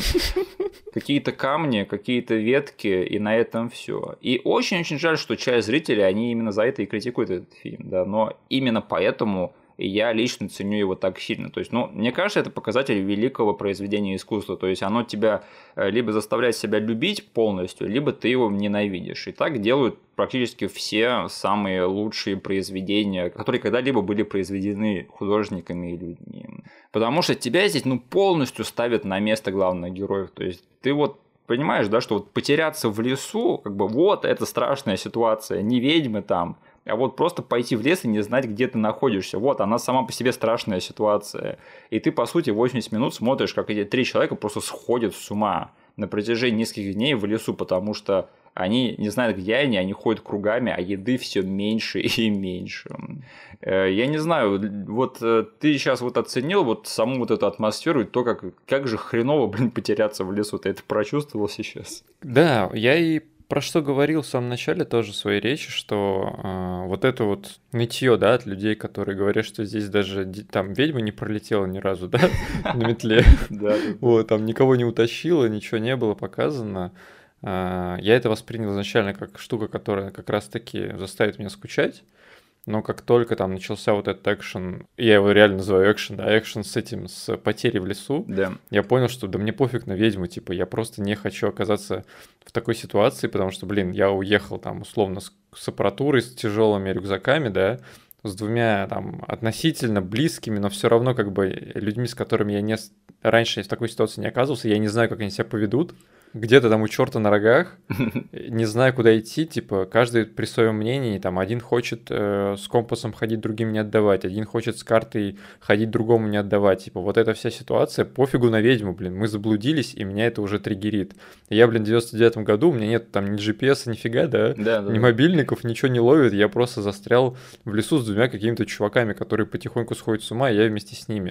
Какие-то камни, какие-то ветки, и на этом все. И очень-очень жаль, что часть зрителей, они именно за это и критикуют этот фильм, да, но именно поэтому я лично ценю его так сильно. То есть, ну, мне кажется, это показатель великого произведения искусства. То есть, оно тебя либо заставляет себя любить полностью, либо ты его ненавидишь. И так делают практически все самые лучшие произведения, которые когда-либо были произведены художниками и людьми. Потому что тебя здесь, ну, полностью ставят на место главных героев. То есть, ты вот понимаешь, да, что вот потеряться в лесу, как бы вот это страшная ситуация, не ведьмы там, а вот просто пойти в лес и не знать, где ты находишься. Вот, она сама по себе страшная ситуация. И ты, по сути, 80 минут смотришь, как эти 3 человека просто сходят с ума на протяжении нескольких дней в лесу, потому что они не знают, где они ходят кругами, а еды все меньше и меньше. Я не знаю, вот ты сейчас вот оценил вот саму вот эту атмосферу и то, как же хреново, блин, потеряться в лесу. Ты это прочувствовал сейчас? Да, я и про что говорил в самом начале тоже в своей речи, что вот это вот нытье, да, от людей, которые говорят, что здесь даже там ведьма не пролетела ни разу, да, на метле, вот, там никого не утащила, ничего не было показано. Я это воспринял изначально как штука, которая как раз-таки заставит меня скучать. Но как только там начался вот этот экшен, я его реально называю экшен, да, экшен с этим, с потерей в лесу, да. Я понял, что да мне пофиг на ведьму, типа, я просто не хочу оказаться в такой ситуации, потому что, блин, я уехал там условно с аппаратурой, с тяжелыми рюкзаками, да, с 2 там относительно близкими, но все равно как бы людьми, с которыми я раньше в такой ситуации не оказывался, я не знаю, как они себя поведут. Где-то там у черта на рогах, не знаю, куда идти, типа, каждый при своем мнении, там, один хочет с компасом ходить, другим не отдавать, один хочет с картой ходить, другому не отдавать, типа, вот эта вся ситуация, пофигу на ведьму, блин, мы заблудились, и меня это уже триггерит. Я, блин, в 99-м году, у меня нет там ни GPS, нифига, да, ни мобильников, ничего не ловит, я просто застрял в лесу с 2 какими-то чуваками, которые потихоньку сходят с ума, и я вместе с ними.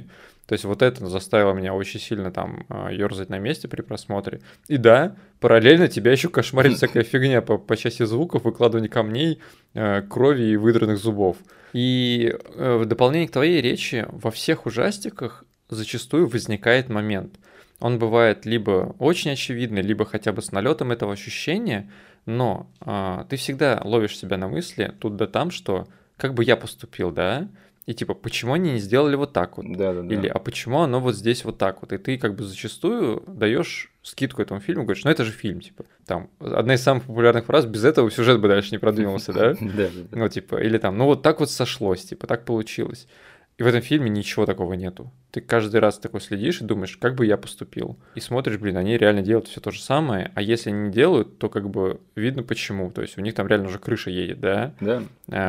То есть вот это заставило меня очень сильно там ерзать на месте при просмотре. И да, параллельно тебя еще кошмарит всякая фигня по части звуков, выкладывания камней, крови и выдранных зубов. И в дополнение к твоей речи, во всех ужастиках зачастую возникает момент. Он бывает либо очень очевидный, либо хотя бы с налетом этого ощущения, но ты всегда ловишь себя на мысли тут да там, что как бы я поступил, да? И типа, почему они не сделали вот так вот? Да-да-да. Или, а почему оно вот здесь вот так вот? И ты как бы зачастую даешь скидку этому фильму, говоришь, ну это же фильм, типа. Там, одна из самых популярных фраз, без этого сюжет бы дальше не продвинулся, да? Да-да-да. Ну, типа, или там, ну вот так вот сошлось, типа, так получилось. И в этом фильме ничего такого нету. Ты каждый раз такой следишь и думаешь, как бы я поступил. И смотришь, блин, они реально делают все то же самое, а если они не делают, то как бы видно почему. То есть у них там реально уже крыша едет, да? Да.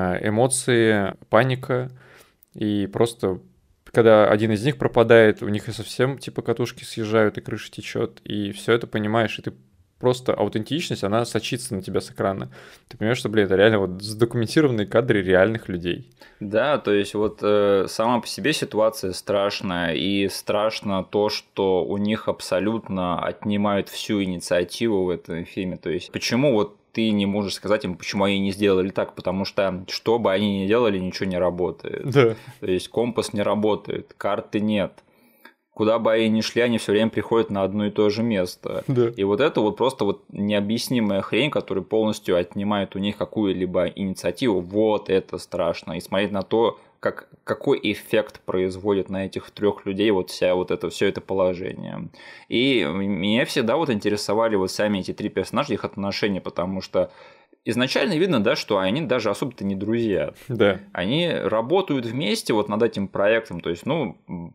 Эмоции, паника. И просто, когда один из них пропадает, у них и совсем типа катушки съезжают, и крыша течет. И все это понимаешь, и ты просто аутентичность, она сочится на тебя с экрана. Ты понимаешь, что, блин, это реально вот задокументированные кадры реальных людей. Да, то есть вот сама по себе ситуация страшная, и страшно то, что у них абсолютно отнимают всю инициативу в этом фильме. То есть почему вот ты не можешь сказать им, почему они не сделали так, потому что что бы они ни делали, ничего не работает. Да. То есть компас не работает, карты нет. Куда бы они ни шли, они все время приходят на одно и то же место. Да. И вот это вот просто вот необъяснимая хрень, которая полностью отнимает у них какую-либо инициативу. Вот это страшно. И смотреть на то, какой эффект производит на этих трех людей вот все это положение. И меня всегда вот интересовали вот сами эти три персонажа, их отношения, потому что изначально видно, да, что они даже особо-то не друзья. Да. Они работают вместе вот над этим проектом, то есть, ну,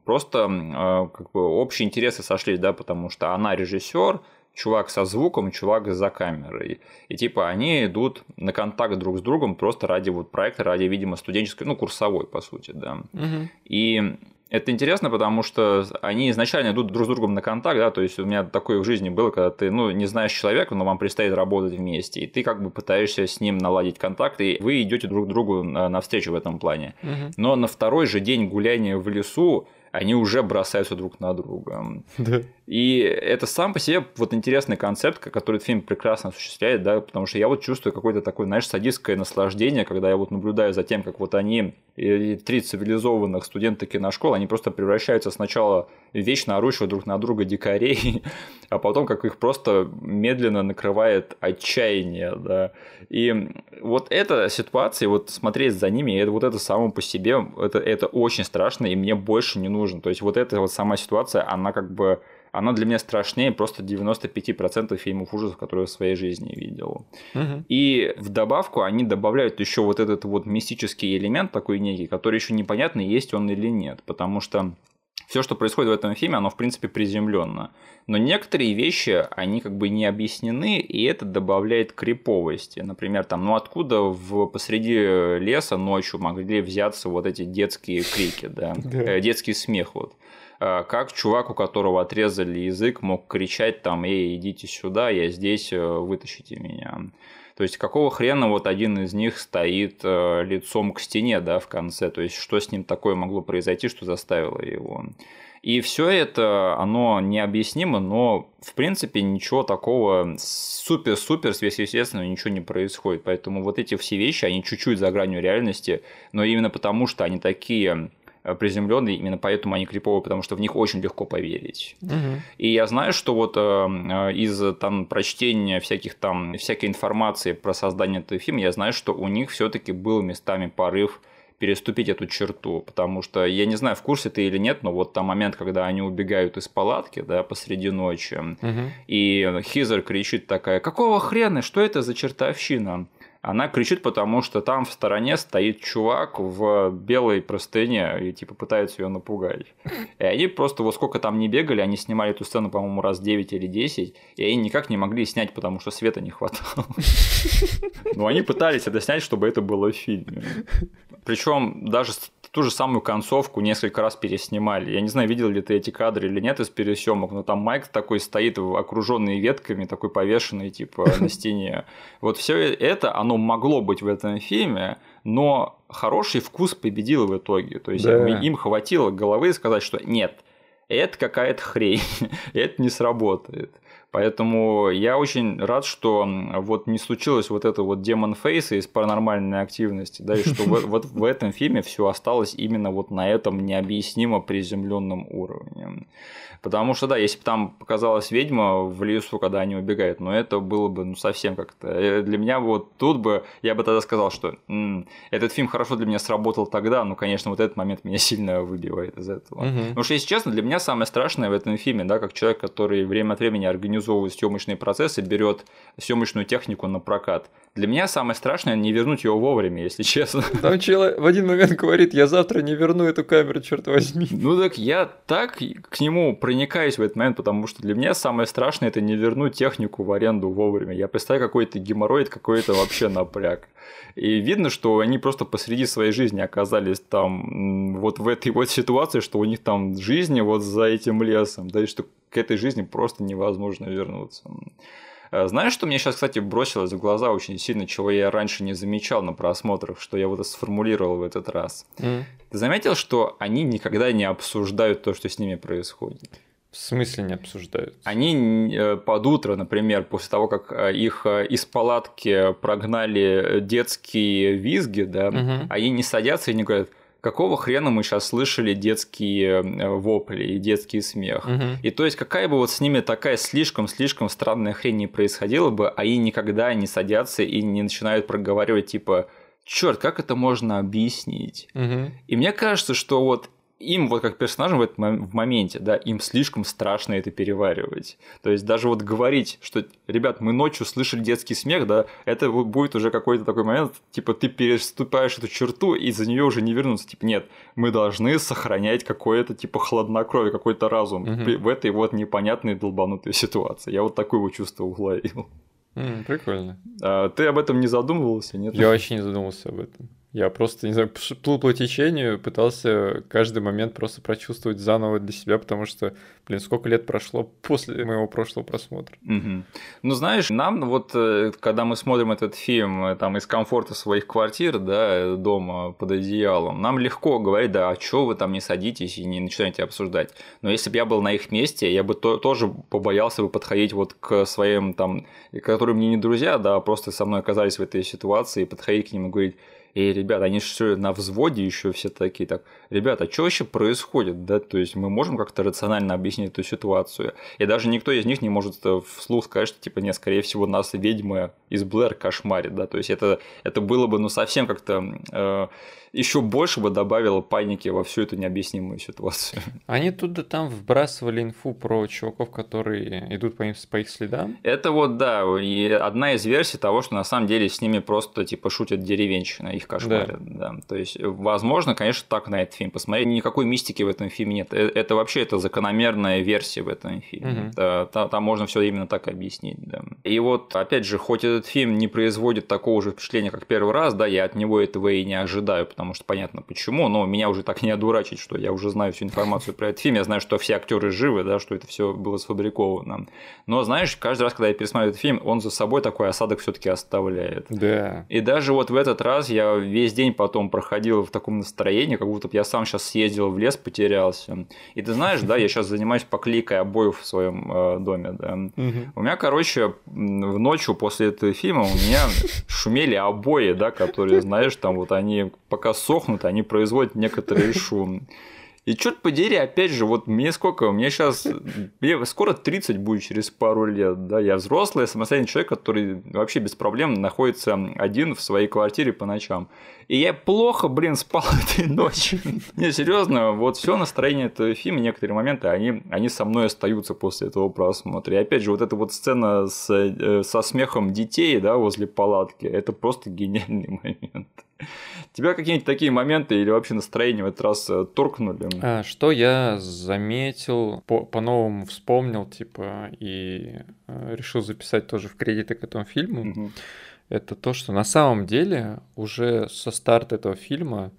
просто как бы общие интересы сошлись, да, потому что она режиссер, чувак со звуком, чувак за камерой. И типа они идут на контакт друг с другом просто ради вот проекта, ради, видимо, студенческой, ну, курсовой, по сути, да. Угу. И это интересно, потому что они изначально идут друг с другом на контакт, да, то есть у меня такое в жизни было, когда ты, ну, не знаешь человека, но вам предстоит работать вместе, и ты как бы пытаешься с ним наладить контакт, и вы идете друг другу навстречу в этом плане. Угу. Но на второй же день гуляния в лесу они уже бросаются друг на друга. Да. И это сам по себе вот интересный концепт, который этот фильм прекрасно осуществляет, да, потому что я вот чувствую какое-то такое, знаешь, садистское наслаждение, когда я вот наблюдаю за тем, как вот они, три цивилизованных студента киношкол, они просто превращаются сначала в вечно орущих друг на друга дикарей, а потом как их просто медленно накрывает отчаяние, да. И вот эта ситуация, вот смотреть за ними, вот это само по себе, это очень страшно, и мне больше не нужно. То есть вот эта вот сама ситуация, она как бы, она для меня страшнее просто 95% фильмов ужасов, которые я в своей жизни видел. Угу. И в добавку они добавляют еще вот этот вот мистический элемент такой некий, который еще непонятно, есть он или нет, потому что все, что происходит в этом фильме, оно, в принципе, приземленно. Но некоторые вещи, они как бы не объяснены, и это добавляет криповости. Например, там, ну откуда посреди леса ночью могли взяться вот эти детские крики, да? Детский смех вот. Как чувак, у которого отрезали язык, мог кричать там: «Эй, идите сюда, я здесь, вытащите меня». То есть, какого хрена вот один из них стоит лицом к стене, да, в конце? То есть, что с ним такое могло произойти, что заставило его? И все это, оно необъяснимо, но, в принципе, ничего такого супер-супер сверхъестественного ничего не происходит. Поэтому вот эти все вещи, они чуть-чуть за гранью реальности, но именно потому, что они такие приземленные, именно поэтому они криповые, потому что в них очень легко поверить. Угу. И я знаю, что вот из там прочтения всякой информации про создание этого фильма, я знаю, что у них все-таки был местами порыв переступить эту черту, потому что, я не знаю, в курсе ты или нет, но вот там момент, когда они убегают из палатки, да, посреди ночи, и Хизер кричит такая: «Какого хрена? Что это за чертовщина?» Она кричит, потому что там в стороне стоит чувак в белой простыне и типа пытаются ее напугать. И они просто вот сколько там не бегали, они снимали эту сцену, по-моему, раз 9 или 10, и они никак не могли снять, потому что света не хватало. Но они пытались это снять, чтобы это было в фильме. Причем даже ту же самую концовку несколько раз переснимали. Я не знаю, видел ли ты эти кадры или нет из пересъемок, но там Майк такой стоит, окруженный ветками, такой повешенный, типа, на стене. Вот все это, оно могло быть в этом фильме, но хороший вкус победил в итоге. То есть им хватило головы сказать, что нет, это какая-то хрень, это не сработает. Поэтому я очень рад, что вот не случилось вот это вот демон фейса из Паранормальной активности, да, и что вот в этом фильме все осталось именно вот на этом необъяснимо приземленном уровне. Потому что, да, если бы там показалась ведьма в лесу, когда они убегают, но это было бы совсем как-то... Для меня вот тут бы, я бы тогда сказал, что этот фильм хорошо для меня сработал тогда, но, конечно, вот этот момент меня сильно выбивает из этого. Потому что, если честно, для меня самое страшное в этом фильме, да, как человек, который время от времени организовывает съемочные процессы, берет съемочную технику на прокат. Для меня самое страшное не вернуть его вовремя, если честно. Там человек в один момент говорит: я завтра не верну эту камеру, черт возьми. Ну так я так к нему проникаюсь в этот момент, потому что для меня самое страшное — это не вернуть технику в аренду вовремя. Я представляю, какой-то геморрой, какой-то вообще напряг. И видно, что они просто посреди своей жизни оказались там вот в этой вот ситуации, что у них там жизни вот за этим лесом, да, и что к этой жизни просто невозможно вернуться. Знаешь, что мне сейчас, кстати, бросилось в глаза очень сильно, чего я раньше не замечал на просмотрах, что я вот сформулировал в этот раз? Ты заметил, что они никогда не обсуждают то, что с ними происходит? В смысле не обсуждают? Они под утро, например, после того, как их из палатки прогнали детские визги, да, они не садятся и не говорят: какого хрена мы сейчас слышали детские вопли и детский смех. И то есть, какая бы вот с ними такая слишком-слишком странная хрень не происходила бы, они никогда не садятся и не начинают проговаривать типа: черт, как это можно объяснить? И мне кажется, что вот им вот как персонажам в моменте, да, им слишком страшно это переваривать. То есть даже вот говорить, что, ребят, мы ночью слышали детский смех, да, это будет уже какой-то такой момент, типа ты переступаешь эту черту и за нее уже не вернуться. Типа нет, мы должны сохранять какое-то типа хладнокровие, какой-то разум в этой вот непонятной долбанутой ситуации. Я вот такое вот чувство уловил. Прикольно. Ты об этом не задумывался, нет? Я вообще не задумывался об этом. Я просто, не знаю, плыл по течению, пытался каждый момент просто прочувствовать заново для себя, потому что, блин, сколько лет прошло после моего прошлого просмотра. Ну, знаешь, нам вот, когда мы смотрим этот фильм там из комфорта своих квартир, да, дома под одеялом, нам легко говорить: да, а чё вы там не садитесь и не начинаете обсуждать. Но если бы я был на их месте, я бы тоже побоялся бы подходить вот к своим там, которые мне не друзья, да, просто со мной оказались в этой ситуации, и подходить к ним и говорить: эй, ребята, они же на взводе еще все такие, так, ребята, а что вообще происходит, да, то есть мы можем как-то рационально объяснить эту ситуацию, и даже никто из них не может вслух сказать, что типа нет, скорее всего нас ведьма из Блэр кошмарит, да, то есть это было бы, ну, совсем как-то еще больше бы добавило паники во всю эту необъяснимую ситуацию. Они тут да там вбрасывали инфу про чуваков, которые идут по их следам? Это вот, да, и одна из версий того, что на самом деле с ними просто типа шутят деревенщина, их кошмарят, да. То есть, возможно, конечно, так на этот фильм посмотреть. Никакой мистики в этом фильме нет. Это вообще это закономерная версия в этом фильме. Там можно все именно так объяснить, да. И вот, опять же, хоть этот фильм не производит такого же впечатления, как первый раз, да, я от него этого и не ожидаю, потому что понятно почему, но меня уже так не одурачить, что я уже знаю всю информацию про этот фильм, я знаю, что все актеры живы, да, что это все было сфабриковано. Но знаешь, каждый раз, когда я пересматриваю этот фильм, он за собой такой осадок все-таки оставляет. Да. И даже вот в этот раз я весь день потом проходил в таком настроении, как будто я сам сейчас съездил в лес, потерялся. И ты знаешь, да, я сейчас занимаюсь поклейкой обоев в своем доме, да. У меня, короче, ночью после этого фильма у меня шумели обои, да, которые, знаешь, там вот они пока сохнут, они производят некоторый шум. И черт подери, опять же, вот мне сколько, мне скоро 30 будет через пару лет, да, я взрослый, самостоятельный человек, который вообще без проблем находится один в своей квартире по ночам. И я плохо, спал этой ночью. Не, серьезно, вот все настроение этого фильма, некоторые моменты, они со мной остаются после этого просмотра. И опять же, вот эта вот сцена со смехом детей, да, возле палатки, это просто гениальный момент. Тебя какие-нибудь такие моменты или вообще настроение в этот раз торкнули? Что я заметил, по-новому вспомнил, типа, и решил записать тоже в кредиты к этому фильму, это то, что на самом деле уже со старта этого фильма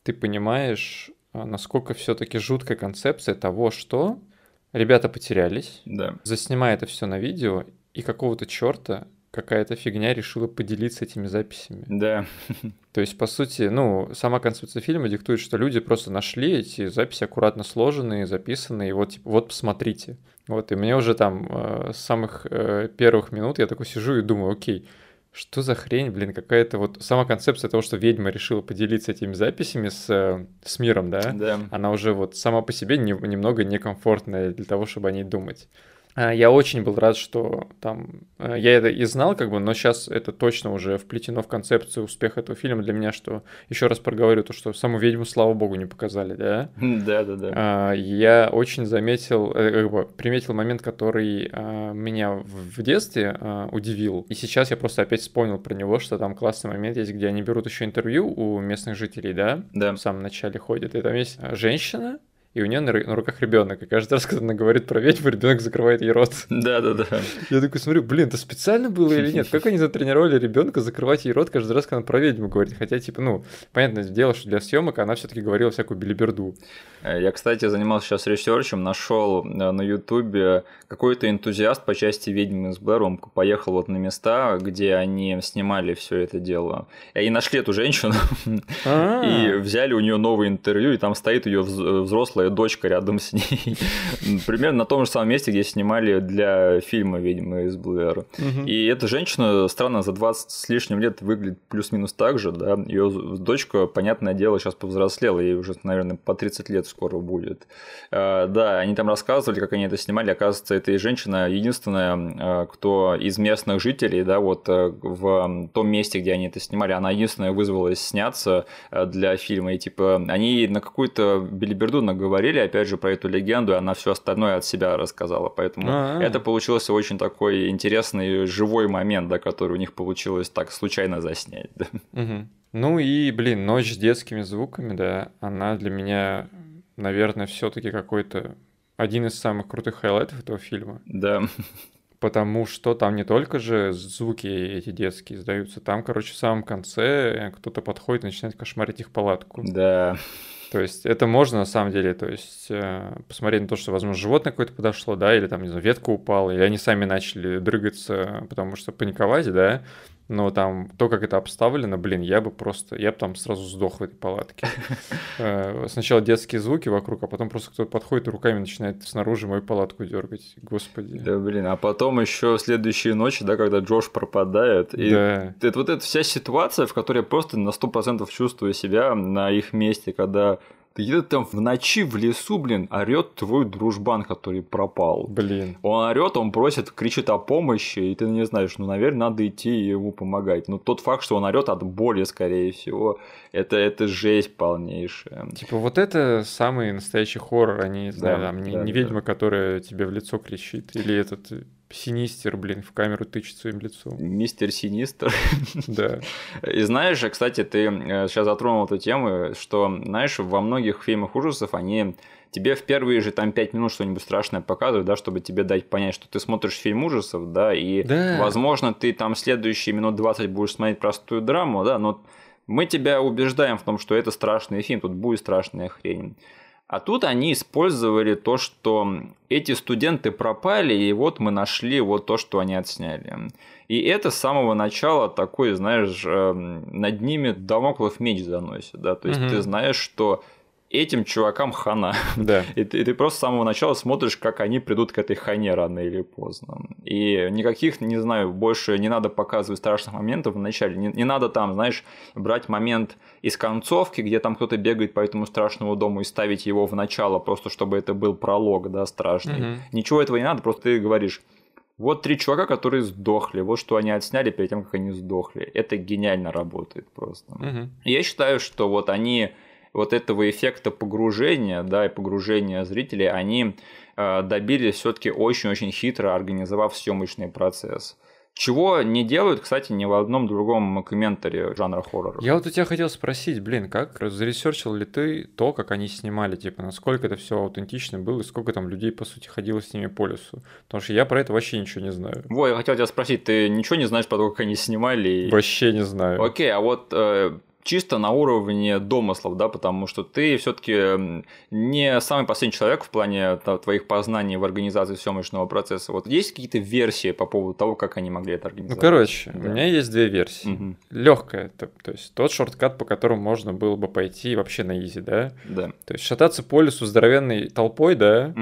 ты понимаешь, насколько все-таки жуткая концепция того, что ребята потерялись, Да. заснимая это все на видео, и какого-то черта какая-то фигня решила поделиться этими записями. Да. То есть, по сути, ну, сама концепция фильма диктует, что люди просто нашли эти записи аккуратно сложенные, записанные, и вот, типа, вот посмотрите. Вот, и мне уже там с самых первых минут я такой сижу и думаю, окей, что за хрень, блин, какая-то вот сама концепция того, что ведьма решила поделиться этими записями с миром, да? Да. Она уже вот сама по себе немного некомфортная для того, чтобы о ней думать. Я очень был рад, что там... Я это и знал, как бы, но сейчас это точно уже вплетено в концепцию успеха этого фильма для меня, что, еще раз проговорю, то, что саму ведьму, слава богу, не показали, да? Да. Я очень приметил момент, который меня в детстве удивил. И сейчас я просто опять вспомнил про него, что там классный момент есть, где они берут еще интервью у местных жителей, да? Да. В самом начале ходят. И там есть женщина, и у нее на руках ребенок. И каждый раз, когда она говорит про ведьму, ребенок закрывает ей рот. Да. Я такой смотрю, блин, это специально было или нет? Как они затренировали ребенка закрывать ей рот каждый раз, когда она про ведьму говорит? Хотя, типа, ну, понятное дело, что для съемок она все-таки говорила всякую белиберду. Я, кстати, занимался сейчас ресерчем, нашел на Ютубе какой-то энтузиаст по части «Ведьмы из Блэр», он поехал вот на места, где они снимали все это дело. И нашли эту женщину, и взяли у нее новое интервью, и там стоит ее взрослая дочка рядом с ней. Примерно на том же самом месте, где снимали для фильма «Ведьмы из Блэр». И эта женщина, странно, за 20 с лишним лет выглядит плюс-минус так же, да. Ее дочка, понятное дело, сейчас повзрослела, ей уже, наверное, по 30 лет скоро будет. Да, они там рассказывали, как они это снимали. Оказывается, эта женщина единственная, кто из местных жителей, да, вот в том месте, где они это снимали, она единственная вызвалась сняться для фильма. И типа они на какую-то белиберду наговорили, опять же, про эту легенду, и она все остальное от себя рассказала. Поэтому это получился очень такой интересный живой момент, да, который у них получилось так случайно заснять. Да. Ну и, блин, «Ночь с детскими звуками», да, она для меня, наверное, все-таки какой-то один из самых крутых хайлайтов этого фильма. Да. Потому что там не только же звуки эти детские издаются, там, короче, в самом конце кто-то подходит и начинает кошмарить их палатку. Да. То есть это можно на самом деле, то есть посмотреть на то, что, возможно, животное какое-то подошло, да, или там, не знаю, ветка упала, или они сами начали дрыгаться, потому что паниковать, да, но там то, как это обставлено, блин, я бы там сразу сдох в этой палатке. Сначала детские звуки вокруг, а потом просто кто-то подходит и руками начинает снаружи мою палатку дергать, господи. Да, блин, а потом еще следующие ночи, да, когда Джош пропадает, и это вот эта вся ситуация, в которой я просто на 100% чувствую себя на их месте, когда ты где-то там в ночи в лесу, блин, орёт твой дружбан, который пропал. Блин. Он орёт, он просит, кричит о помощи, и ты не знаешь, ну, наверное, надо идти ему помогать. Но тот факт, что он орёт от боли, скорее всего, это жесть полнейшая. Типа вот это самый настоящий хоррор, а не, знаю, там, не ведьма, которая тебе в лицо кричит, или этот... Синистер, блин, в камеру тычет своим лицом. Мистер Синистер. Да. И знаешь, кстати, ты сейчас затронул эту тему, что, знаешь, во многих фильмах ужасов они тебе в первые же там 5 минут что-нибудь страшное показывают, да, чтобы тебе дать понять, что ты смотришь фильм ужасов, да, и, возможно, ты там следующие минут 20 будешь смотреть простую драму, да, но мы тебя убеждаем в том, что это страшный фильм, тут будет страшная хрень. А тут они использовали то, что эти студенты пропали, и вот мы нашли вот то, что они отсняли. И это с самого начала такой, знаешь, над ними дамоклов меч заносит, да, то есть ты знаешь, что этим чувакам хана. Да. И ты просто с самого начала смотришь, как они придут к этой хане рано или поздно. И никаких, не знаю, больше не надо показывать страшных моментов в начале. Не надо там, знаешь, брать момент из концовки, где там кто-то бегает по этому страшному дому и ставить его в начало, просто чтобы это был пролог, да, страшный. Ничего этого не надо, просто ты говоришь: вот 3 чувака, которые сдохли, вот что они отсняли перед тем, как они сдохли. Это гениально работает просто. Я считаю, что вот они... вот этого эффекта погружения, да, и погружения зрителей, они добились все-таки очень-очень хитро, организовав съемочный процесс. Чего не делают, кстати, ни в одном другом комментарии жанра хоррора. Я вот у тебя хотел спросить, блин, как заресерчил ли ты то, как они снимали, типа, насколько это все аутентично было, и сколько там людей, по сути, ходило с ними по лесу? Потому что я про это вообще ничего не знаю. Я хотел тебя спросить, ты ничего не знаешь про то, как они снимали? Вообще не знаю. Окей, а вот... чисто на уровне домыслов, да, потому что ты все-таки не самый последний человек в плане твоих познаний в организации съемочного процесса. Вот есть какие-то версии по поводу того, как они могли это организовать? Ну, короче, у меня есть две версии. Легкая, то есть тот шорткат, по которому можно было бы пойти вообще на изи, да? Да. То есть шататься по лесу здоровенной толпой, да?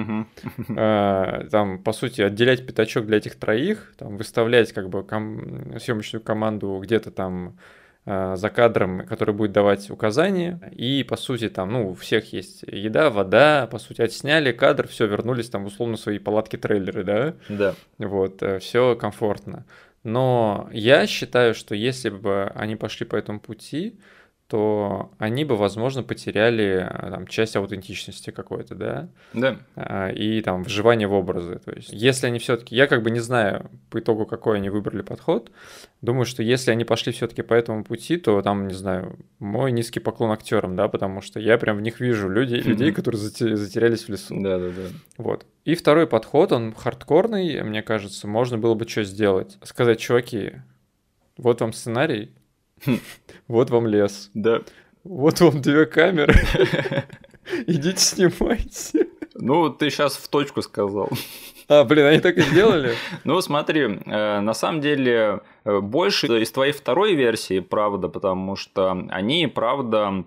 Там, по сути, отделять пятачок для этих троих, там, выставлять как бы съемочную команду где-то там за кадром, который будет давать указания, и, по сути, там, ну, у всех есть еда, вода, по сути, отсняли кадр, все, вернулись там, условно, в свои палатки-трейлеры, да? Да. Вот, все комфортно. Но я считаю, что если бы они пошли по этому пути, то они бы, возможно, потеряли там, часть аутентичности какой-то, да? Да. И там вживание в образы. То есть, если они все-таки, я как бы не знаю по итогу, какой они выбрали подход. Думаю, что если они пошли все-таки по этому пути, то там, не знаю, мой низкий поклон актерам, да, потому что я прям в них вижу людей, которые затерялись в лесу. Да. Вот. И второй подход, он хардкорный, мне кажется, можно было бы что сделать? Сказать, чуваки, вот вам сценарий, вот вам лес. Да. Вот вам 2 камеры. Идите снимайте. Ну, ты сейчас в точку сказал. Блин, они так и сделали? Ну, смотри, на самом деле больше из твоей второй версии, правда, потому что они, правда,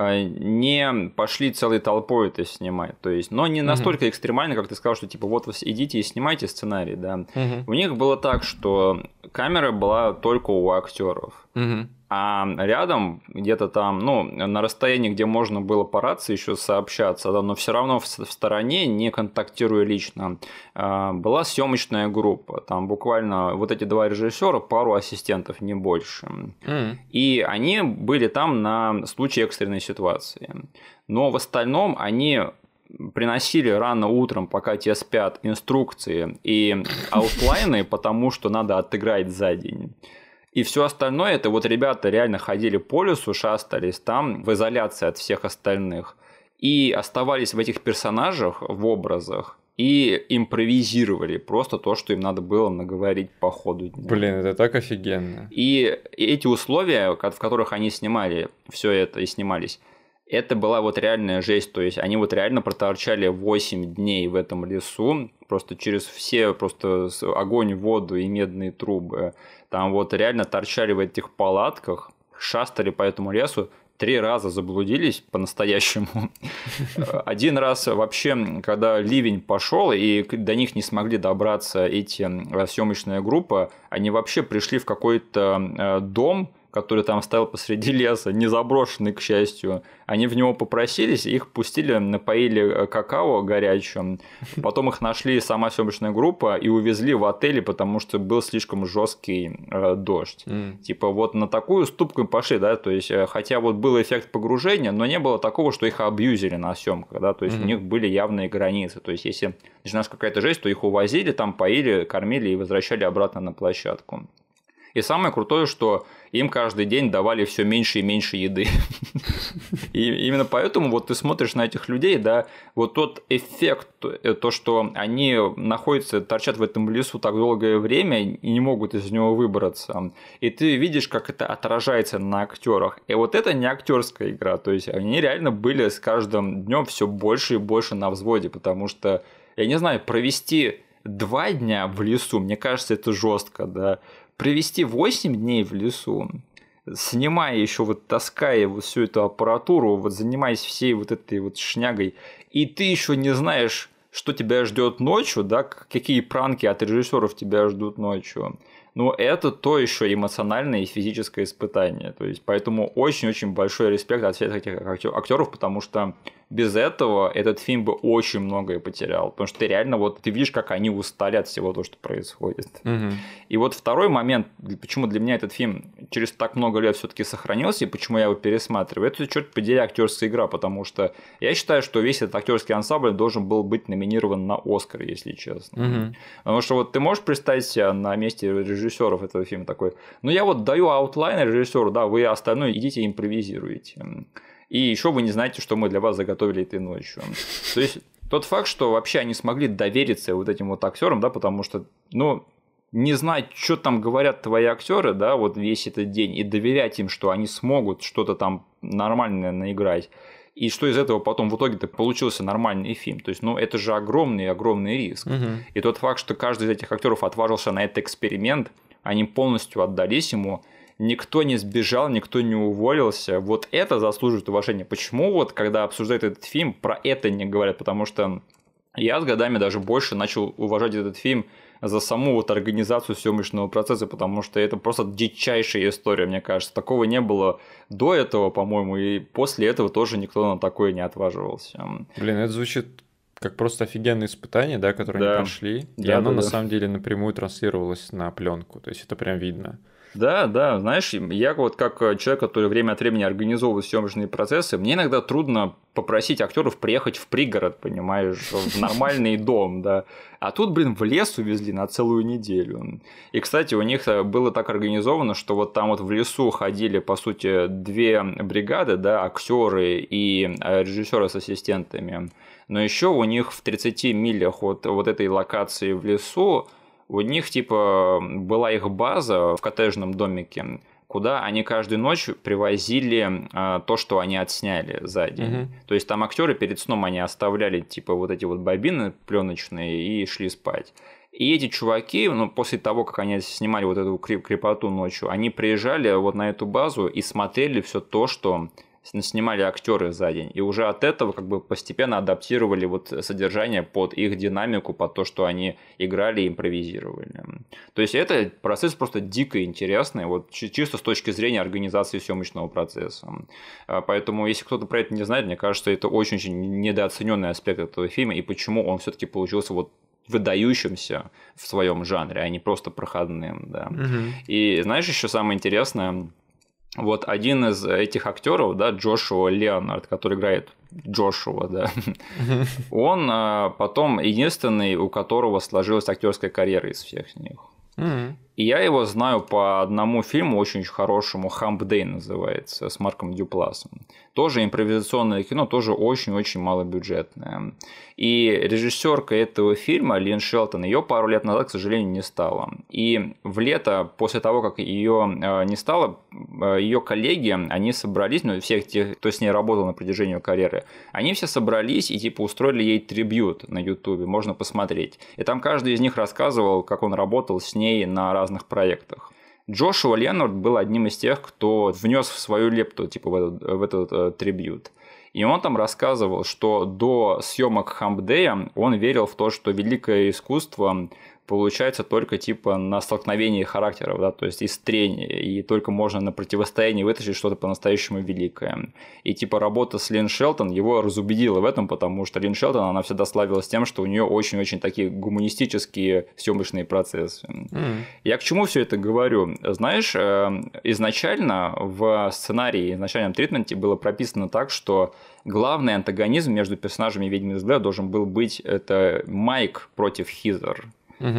не пошли целой толпой это снимать. То есть, но не настолько экстремально, как ты сказал, что типа вот вы идите и снимайте сценарий, да. У них было так, что камера была только у актеров. А рядом, где-то там, ну, на расстоянии, где можно было по рации еще сообщаться, да, но все равно в стороне, не контактируя лично, была съемочная группа. Там буквально вот эти 2 режиссера, пару ассистентов, не больше. И они были там на случай экстренной ситуации. Но в остальном они приносили рано утром, пока те спят, инструкции и аутлайны, потому что надо отыграть за день. И все остальное, это вот ребята реально ходили по лесу, шастались там в изоляции от всех остальных и оставались в этих персонажах, в образах, и импровизировали просто то, что им надо было наговорить по ходу дня. Блин, это так офигенно. И эти условия, в которых они снимали все это и снимались, это была вот реальная жесть, то есть они вот реально проторчали 8 дней в этом лесу, просто через все просто огонь, воду и медные трубы. Там вот реально торчали в этих палатках, шастали по этому лесу, 3 раза заблудились по-настоящему. 1 раз вообще, когда ливень пошел и до них не смогли добраться съемочная группа, они вообще пришли в какой-то дом, который там стоял посреди леса, не заброшенный, к счастью. Они в него попросились, их пустили, напоили какао горячим. Потом их нашли сама съемочная группа и увезли в отель, потому что был слишком жесткий дождь. Типа вот на такую ступку им пошли, да, то есть хотя вот был эффект погружения, но не было такого, что их абьюзили на съемках, да, то есть у них были явные границы. То есть если начиналась какая-то жесть, то их увозили, там поили, кормили и возвращали обратно на площадку. И самое крутое, что им каждый день давали все меньше и меньше еды. И именно поэтому вот ты смотришь на этих людей, да, вот тот эффект, то, что они находятся, торчат в этом лесу так долгое время и не могут из него выбраться. И ты видишь, как это отражается на актерах. И вот это не актерская игра, то есть они реально были с каждым днем все больше и больше на взводе, потому что, я не знаю, провести 2 дня в лесу, мне кажется, это жестко, да. Провести 8 дней в лесу, снимая еще вот, таская вот всю эту аппаратуру, вот занимаясь всей вот этой вот шнягой, и ты еще не знаешь, что тебя ждет ночью, да, какие пранки от режиссеров тебя ждут ночью. Но это то еще эмоциональное и физическое испытание. То есть, поэтому очень-очень большой респект от всех этих актеров, потому что без этого этот фильм бы очень многое потерял. Потому что ты реально вот ты видишь, как они устали от всего того, что происходит. И вот второй момент, почему для меня этот фильм через так много лет все-таки сохранился, и почему я его пересматриваю, это, черт подери, актерская игра, потому что я считаю, что весь этот актерский ансамбль должен был быть номинирован на Оскар, если честно. Потому что вот ты можешь представить себя на месте режиссеров этого фильма такой, ну я вот даю аутлайн режиссеру, да, вы остальное идите импровизируете. И еще вы не знаете, что мы для вас заготовили этой ночью. То есть тот факт, что вообще они смогли довериться вот этим вот актерам, да, потому что, ну, не знать, что там говорят твои актеры, да, вот весь этот день, и доверять им, что они смогут что-то там нормальное наиграть, и что из этого потом в итоге-то получился нормальный фильм. То есть, ну, это же огромный риск. И тот факт, что каждый из этих актеров отважился на этот эксперимент, они полностью отдались ему, никто не сбежал, никто не уволился. Вот это заслуживает уважения. Почему вот, когда обсуждают этот фильм, про это не говорят? Потому что я с годами даже больше начал уважать этот фильм за саму вот организацию съемочного процесса, потому что это просто дичайшая история, мне кажется. Такого не было до этого, по-моему, и после этого тоже никто на такое не отваживался. Блин, это звучит как просто офигенное испытание, да, которое они прошли, и оно на самом деле напрямую транслировалось на пленку, то есть это прям видно. Да, знаешь, я вот как человек, который время от времени организовывает съемочные процессы, мне иногда трудно попросить актеров приехать в пригород, понимаешь, в нормальный дом, да. А тут, блин, в лес увезли на целую неделю. И, кстати, у них было так организовано, что вот там вот в лесу ходили, по сути, две бригады, да, актеры и режиссеры с ассистентами. Но еще у них в 30 милях от вот этой локации в лесу у них, типа, была их база в коттеджном домике, куда они каждую ночь привозили то, что они отсняли за день. То есть там актеры перед сном они оставляли, типа, вот эти вот бобины пленочные и шли спать. И эти чуваки, ну, после того, как они снимали вот эту крепоту ночью, они приезжали вот на эту базу и смотрели все то, что снимали актеры за день. И уже от этого как бы постепенно адаптировали вот содержание под их динамику, под то, что они играли и импровизировали. То есть это процесс просто дико интересный, вот чисто с точки зрения организации съемочного процесса. Поэтому, если кто-то про это не знает, мне кажется, это очень-очень недооцененный аспект этого фильма, и почему он все-таки получился вот выдающимся в своем жанре, а не просто проходным. Да. И знаешь, еще самое интересное. Вот один из этих актеров, да, Джошуа Леонард, который играет Джошуа, да, он потом единственный, у которого сложилась актерская карьера из всех них. И я его знаю по одному фильму очень хорошему, «Hump Day» называется, с Марком Дюпласом. Тоже импровизационное кино, тоже очень-очень малобюджетное. И режиссерка этого фильма, Лин Шелтон, ее пару лет назад, к сожалению, не стало. И в лето, после того, как ее не стало, ее коллеги, они собрались, ну, всех тех, кто с ней работал на протяжении ее карьеры, они все собрались и типа устроили ей трибьют на Ютубе, можно посмотреть. И там каждый из них рассказывал, как он работал с ней на разных проектах. Джошуа Леннард был одним из тех, кто внес свою лепту типа, в этот трибьют. И он там рассказывал, что до съемок Хампдея он верил в то, что великое искусство получается только типа на столкновении характеров, да, то есть из трения, и только можно на противостоянии вытащить что-то по-настоящему великое. И типа работа с Лин Шелтон его разубедила в этом, потому что Лин Шелтон, она всегда славилась тем, что у нее очень-очень такие гуманистические съемочные процессы. Я к чему все это говорю? Знаешь, изначально в сценарии, изначальном тритменте было прописано так, что главный антагонизм между персонажами «Ведьмы из Блэр» должен был быть это Майк против Хизер.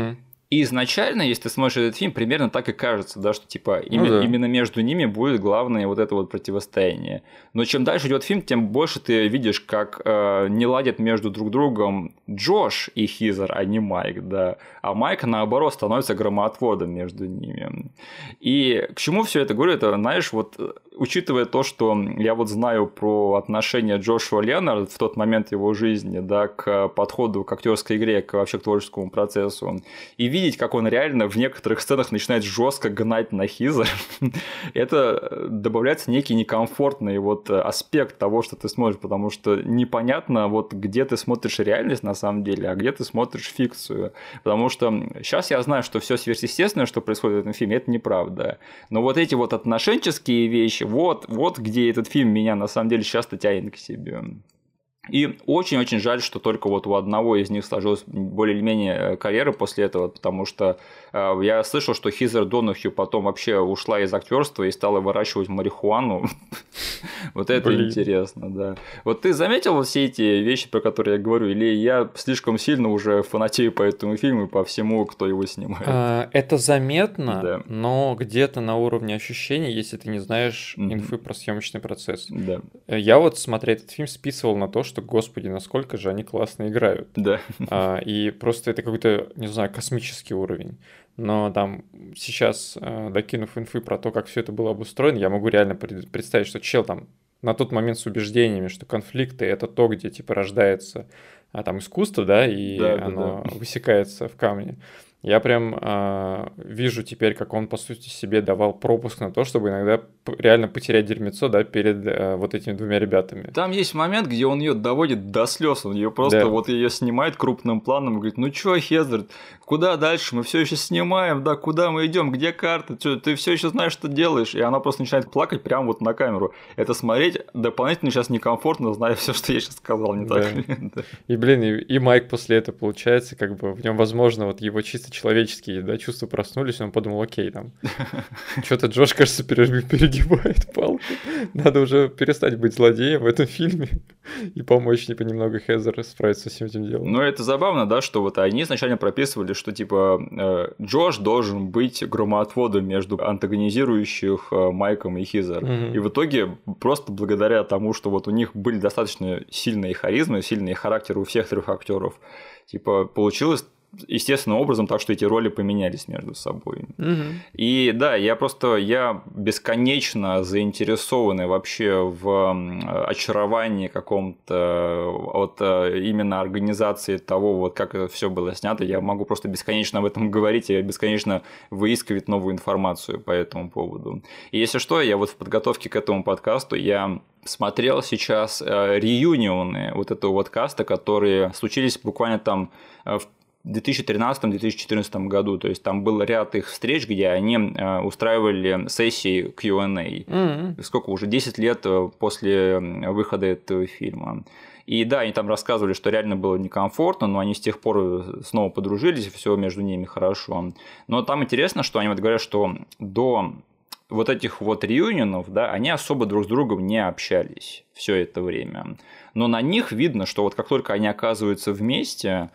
И изначально, если ты смотришь этот фильм, примерно так и кажется, да, что типа именно между ними будет главное вот это вот противостояние. Но чем дальше идет фильм, тем больше ты видишь, как не ладят между друг другом Джош и Хизер, а не Майк, да. А Майк, наоборот, становится громоотводом между ними. И к чему все это говорю? Это, знаешь, вот учитывая то, что я вот знаю про отношение Джошуа Леннарда в тот момент его жизни, да, к подходу к актерской игре, вообще к творческому процессу, и видеть, как он реально в некоторых сценах начинает жестко гнать на Хизер, это добавляется некий некомфортный вот аспект того, что ты смотришь, потому что непонятно, вот где ты смотришь реальность на самом деле, а где ты смотришь фикцию. Потому что сейчас я знаю, что все сверхъестественное, что происходит в этом фильме, это неправда. Но вот эти вот отношенческие вещи, вот где этот фильм меня на самом деле часто тянет к себе. И очень-очень жаль, что только вот у одного из них сложилась более-менее карьера после этого, потому что я слышал, что Хизер Донахью потом вообще ушла из актерства и стала выращивать марихуану. Вот это интересно, да. Вот ты заметил вот все эти вещи, про которые я говорю, или я слишком сильно уже фанатею по этому фильму и по всему, кто его снимает? Это заметно, но где-то на уровне ощущений, если ты не знаешь инфы про съемочный процесс. Я вот, смотря этот фильм, списывал на то, что что, господи, насколько же они классно играют. Да. И просто это какой-то, не знаю, космический уровень. Но там сейчас, докинув инфы про то, как все это было обустроено, я могу реально представить, что чел там на тот момент с убеждениями, что конфликты — это то, где типа рождается там искусство, да, и оно высекается в камне. Я прям вижу теперь, как он, по сути, себе давал пропуск на то, чтобы иногда реально потерять дерьмецо, да, перед вот этими двумя ребятами. Там есть момент, где он ее доводит до слез, он ее просто вот ее снимает крупным планом и говорит: ну чё, Хезер, куда дальше? Мы все еще снимаем, да, куда мы идем, где карты? Ты все еще знаешь, что делаешь? И она просто начинает плакать прямо вот на камеру. Это смотреть дополнительно сейчас некомфортно, зная все, что я сейчас сказал, не так ли? И, блин, и Майк после этого, получается, как бы в нем, возможно, вот его чисто человеческие, да, чувства проснулись, и он подумал: окей, там, что-то Джош, кажется, перегибает палку. Надо уже перестать быть злодеем в этом фильме и помочь, типа, немного Хезер справиться со всем этим делом. Ну, это забавно, да, что вот они изначально прописывали, что, типа, Джош должен быть громоотводом между антагонизирующих Майком и Хезер. И в итоге, просто благодаря тому, что вот у них были достаточно сильные харизмы, сильные характеры у всех трех актеров, типа, получилось естественным образом, так что эти роли поменялись между собой. И да, я бесконечно заинтересованный вообще в очаровании каком-то от именно организации того, вот как это все было снято. Я могу просто бесконечно об этом говорить, и бесконечно выискивать новую информацию по этому поводу. И если что, я вот в подготовке к этому подкасту я смотрел сейчас реюнионы вот этого вот каста, которые случились буквально там в 2013-2014 году, то есть там был ряд их встреч, где они устраивали сессии Q&A. Сколько уже, 10 лет после выхода этого фильма. И да, они там рассказывали, что реально было некомфортно, но они с тех пор снова подружились, и все между ними хорошо. Но там интересно, что они вот говорят, что до вот этих вот реюнионов, да, они особо друг с другом не общались все это время. Но на них видно, что вот как только они оказываются вместе,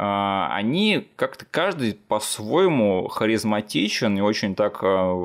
они как-то каждый по-своему харизматичен и очень так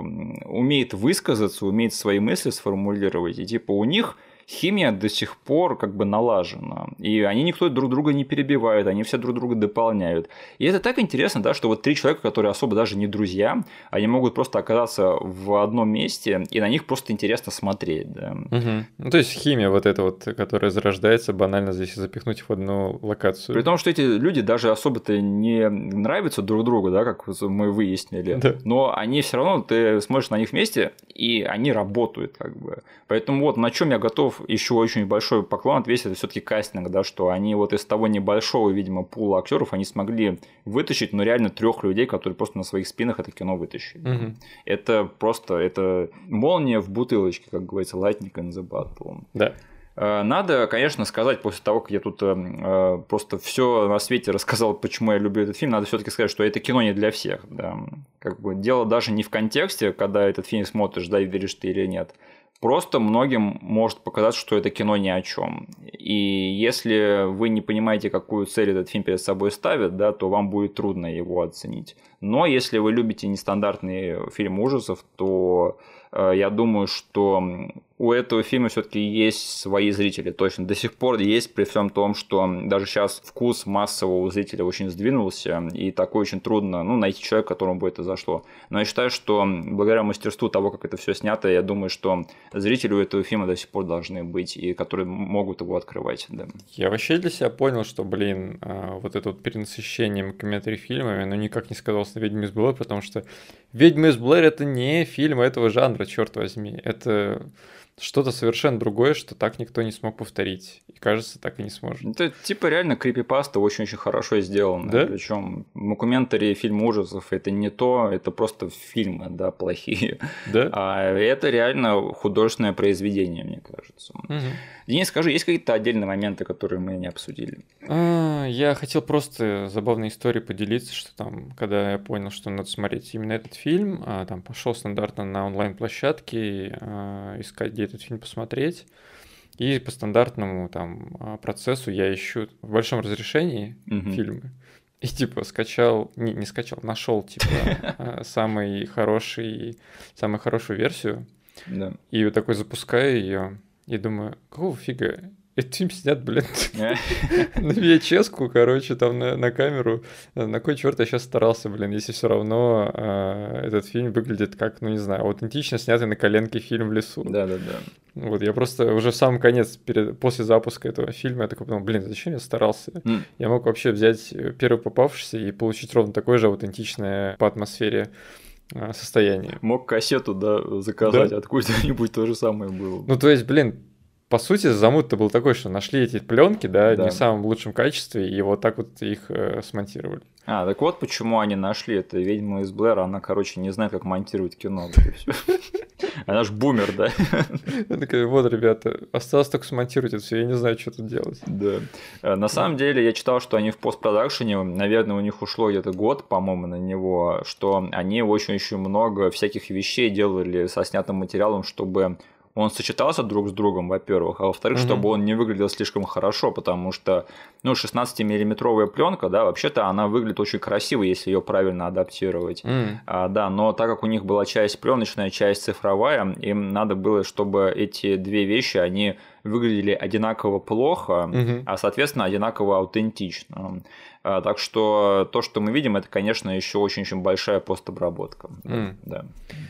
умеет высказаться, умеет свои мысли сформулировать. И типа у них химия до сих пор как бы налажена. И они никто друг друга не перебивают, они все друг друга дополняют. И это так интересно, да, что вот три человека, которые особо даже не друзья, они могут просто оказаться в одном месте, и на них просто интересно смотреть. Да. Ну, то есть химия вот эта вот, которая зарождается банально здесь запихнуть их в одну локацию. При том, что эти люди даже особо-то не нравятся друг другу, да, как мы выяснили, да. Но они все равно, ты смотришь на них вместе, и они работают как бы. Поэтому вот на чем я готов еще очень большой поклон отвесить, это все-таки кастинг, да, что они вот из того небольшого, видимо, пула актеров они смогли вытащить, ну, реально 3 людей, которые просто на своих спинах это кино вытащили. Это просто, это молния в бутылочке, как говорится, lightning in the bottle. Да. Надо, конечно, сказать, после того, как я тут просто все на свете рассказал, почему я люблю этот фильм, надо все-таки сказать, что это кино не для всех. Да. Как бы дело даже не в контексте, когда этот фильм смотришь, да, и веришь ты или нет. Просто многим может показаться, что это кино ни о чем. И если вы не понимаете, какую цель этот фильм перед собой ставит, да, то вам будет трудно его оценить. Но если вы любите нестандартный фильм ужасов, то я думаю, что у этого фильма все-таки есть свои зрители, точно. До сих пор есть, при всем том, что даже сейчас вкус массового зрителя очень сдвинулся, и такое очень трудно, ну, найти человека, которому бы это зашло. Но я считаю, что благодаря мастерству того, как это все снято, я думаю, что зрители у этого фильма до сих пор должны быть, и которые могут его открывать. Да. Я вообще для себя понял, что, блин, вот это вот перенасыщение комментариев фильмами, ну, никак не сказалось на «Ведьме из Блэр», потому что «Ведьма из Блэр» — это не фильм этого жанра, черт возьми. Это что-то совершенно другое, что так никто не смог повторить. И кажется, так и не сможет. Это типа реально крипипаста очень-очень хорошо сделано. Да? Причем мокументари, фильм ужасов это не то, это просто фильмы, да, плохие. Да? А это реально художественное произведение, мне кажется. Денис, скажи, есть какие-то отдельные моменты, которые мы не обсудили? Я хотел просто забавной историей поделиться, что там, когда я понял, что надо смотреть именно этот фильм, там пошел стандартно на онлайн-площадке искать, где этот фильм посмотреть. И по стандартному там процессу я ищу в большом разрешении фильмы. И типа скачал, не скачал, нашел типа самую хорошую версию. Да. И вот такой запускаю ее и думаю, какого фига этот фильм снят, блин, на VHS-ку, короче, там на камеру. На кой черт я сейчас старался, блин, если все равно этот фильм выглядит как, ну не знаю, аутентично снятый на коленке фильм в лесу. Да-да-да. Вот, я просто уже в самом конец, после запуска этого фильма, я такой подумал, блин, зачем я старался? Я мог вообще взять первый попавшийся и получить ровно такое же аутентичное по атмосфере состояние. Мог кассету, да, заказать, откуда-нибудь то же самое было. Ну, то есть, блин, по сути, замут-то был такой, что нашли эти пленки, да, не в самом лучшем качестве, и вот так вот их смонтировали. Так вот почему они нашли это. Ведьма из Блэра, она, короче, не знает, как монтировать кино. Она ж бумер, да? Я такая, вот, ребята, осталось только смонтировать это все, я не знаю, что тут делать. Да. На самом деле, я читал, что они в постпродакшене, наверное, у них ушло где-то год, по-моему, на него, что они очень-очень много всяких вещей делали со снятым материалом, чтобы он сочетался друг с другом, во-первых, а во-вторых, чтобы он не выглядел слишком хорошо, потому что, 16-миллиметровая пленка, да, вообще-то она выглядит очень красиво, если ее правильно адаптировать. Да, но так как у них была часть пленочная, часть цифровая, им надо было, чтобы эти две вещи, они выглядели одинаково плохо, а, соответственно, одинаково аутентично. Так что то, что мы видим, это, конечно, еще очень-очень большая постобработка. Да.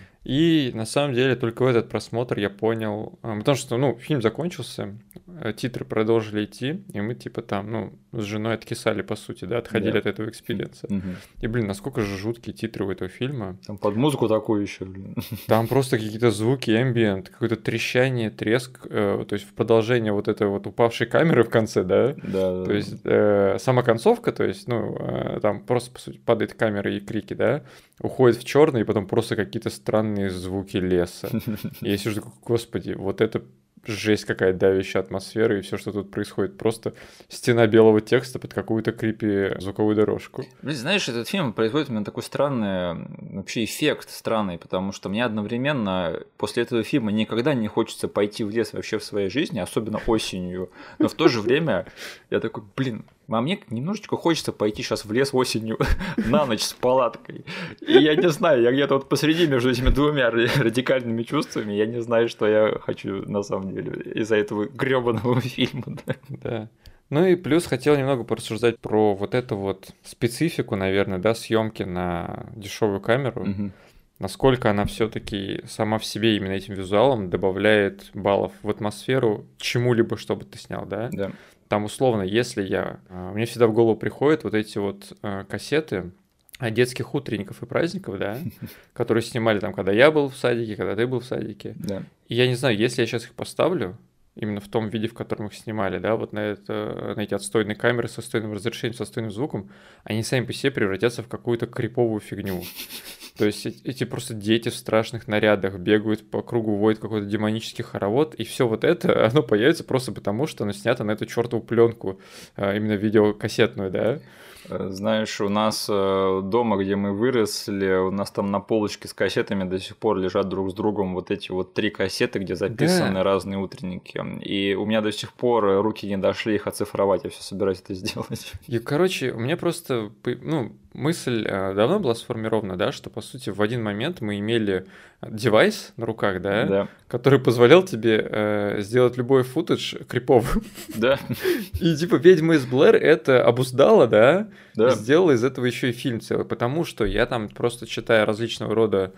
И на самом деле только в этот просмотр я понял, потому что, фильм закончился, титры продолжили идти, и мы типа там, с женой откисали, по сути, да, отходили от этого экспириенса. И, блин, насколько же жуткие титры у этого фильма. Там под музыку такую еще, блин. Там просто какие-то звуки, ambient, какое-то трещание, треск, то есть в продолжение вот этой вот упавшей камеры в конце, да? Да. То есть сама концовка, то есть, там просто, по сути, падает камера и крики, да, уходит в черный, и потом просто какие-то странные звуки леса. И я сижу такой, господи, вот это жесть какая давящая атмосфера, и все, что тут происходит, просто стена белого текста под какую-то крипи звуковую дорожку. Блин, знаешь, этот фильм производит у меня такой странный вообще эффект странный, потому что мне одновременно после этого фильма никогда не хочется пойти в лес вообще в своей жизни, особенно осенью, но в то же время я такой, блин, а мне немножечко хочется пойти сейчас в лес осенью на ночь с палаткой. И я не знаю, я где-то вот посреди между этими двумя радикальными чувствами, я не знаю, что я хочу на самом деле из-за этого грёбаного фильма. Да. Ну и плюс хотел немного порассуждать про вот эту вот специфику, наверное, да, съемки на дешевую камеру. Насколько она все-таки сама в себе именно этим визуалом добавляет баллов в атмосферу чему-либо, что бы ты снял, да? Да. Там условно, если мне всегда в голову приходят вот эти вот кассеты детских утренников и праздников, да, которые снимали там, когда я был в садике, когда ты был в садике. Да. И я не знаю, если я сейчас их поставлю, именно в том виде, в котором их снимали, да, вот на эти отстойные камеры со отстойным разрешением, со отстойным звуком, они сами по себе превратятся в какую-то криповую фигню. То есть эти просто дети в страшных нарядах бегают по кругу, водят какой-то демонический хоровод, и все вот это, оно появится просто потому, что оно снято на эту чертову пленку, именно видеокассетную, да. Знаешь, у нас дома, где мы выросли, у нас там на полочке с кассетами до сих пор лежат друг с другом вот эти вот 3 кассеты, где записаны разные утренники. И у меня до сих пор руки не дошли их оцифровать, я все собираюсь это сделать. И, короче, у меня просто, мысль давно была сформирована, да, что, по сути, в один момент мы имели девайс на руках, да, который позволял тебе сделать любой футаж криповым. Да. И типа «Ведьма из Блэр» это обуздала, да, и сделала из этого еще и фильм целый, потому что я там просто читая различного рода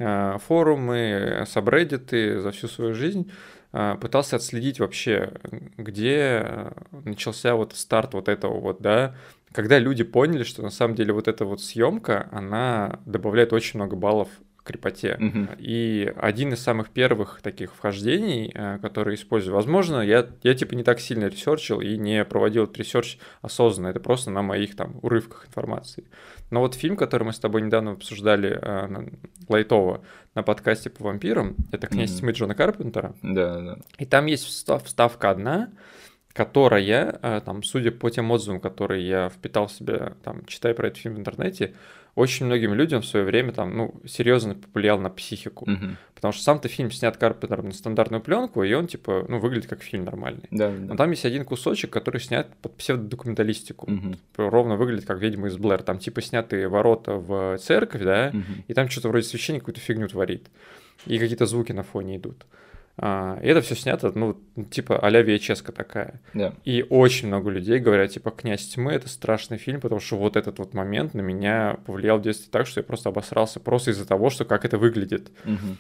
форумы, сабреддиты за всю свою жизнь, пытался отследить вообще, где начался вот старт вот этого вот, да, когда люди поняли, что на самом деле вот эта вот съемка, она добавляет очень много баллов крепоте. И один из самых первых таких вхождений, которые использую, возможно, я типа не так сильно ресерчил и не проводил этот ресерч осознанно, это просто на моих там урывках информации. Но вот фильм, который мы с тобой недавно обсуждали лайтово на подкасте по вампирам, это «Князь тьмы» Джона Карпентера. Да. И там есть вставка одна, которая, там, судя по тем отзывам, которые я впитал в себя, там, читая про этот фильм в интернете, очень многим людям в свое время там, серьезно повлиял на психику. Потому что сам-то фильм снят Карпентером на стандартную пленку, и он, типа, выглядит как фильм нормальный. Да. Но там есть один кусочек, который снят под псевдодокументалистику. Ровно выглядит как «Ведьма из Блэр». Там, типа, сняты ворота в церковь, да, и там что-то вроде священник какую-то фигню творит. И какие-то звуки на фоне идут. И это все снято, ну, типа а-ля VHS-ка такая. Да. И очень много людей говорят, типа, «Князь тьмы» — это страшный фильм, потому что вот этот вот момент на меня повлиял в детстве так, что я просто обосрался просто из-за того, что как это выглядит.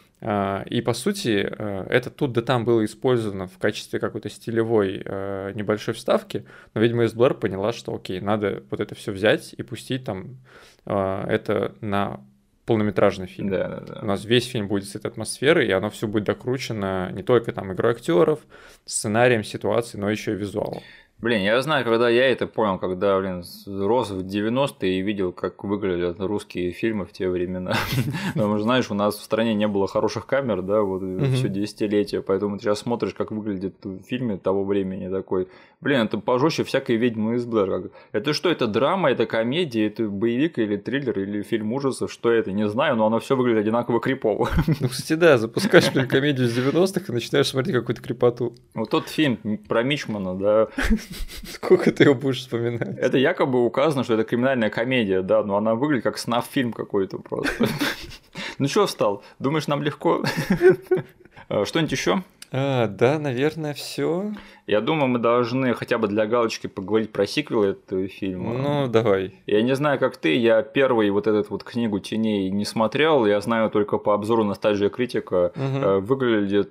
И, по сути, это тут да там было использовано в качестве какой-то стилевой небольшой вставки, но, видимо, из Блэр поняла, что окей, надо вот это все взять и пустить там это на полнометражный фильм. Да. У нас весь фильм будет с этой атмосферой, и оно все будет докручено не только там игрой актеров, сценарием ситуации, но еще и визуалом. Блин, я знаю, когда я это понял, когда, рос в 90-е и видел, как выглядят русские фильмы в те времена. Потому что, знаешь, у нас в стране не было хороших камер, да, вот все десятилетия, поэтому ты сейчас смотришь, как выглядит в фильме того времени, такой, блин, это пожестче всякой «Ведьмы из Блэр». Это что, это драма, это комедия, это боевик или триллер, или фильм ужасов, что это, не знаю, но оно все выглядит одинаково крипово. Ну, кстати, да, запускаешь комедию из 90-х и начинаешь смотреть какую-то крипоту. Вот тот фильм про Мичмана, да. Сколько ты его будешь вспоминать? Это якобы указано, что это криминальная комедия, да, но она выглядит как снаф-фильм какой-то просто. Ну чё встал? Думаешь, нам легко? Что-нибудь еще? Да, наверное, все. Я думаю, мы должны хотя бы для галочки поговорить про сиквелы этого фильма. Ну, давай. Я не знаю, как ты, я первый вот эту вот книгу «Теней» не смотрел, я знаю только по обзору «Ностальжия критика». Выглядит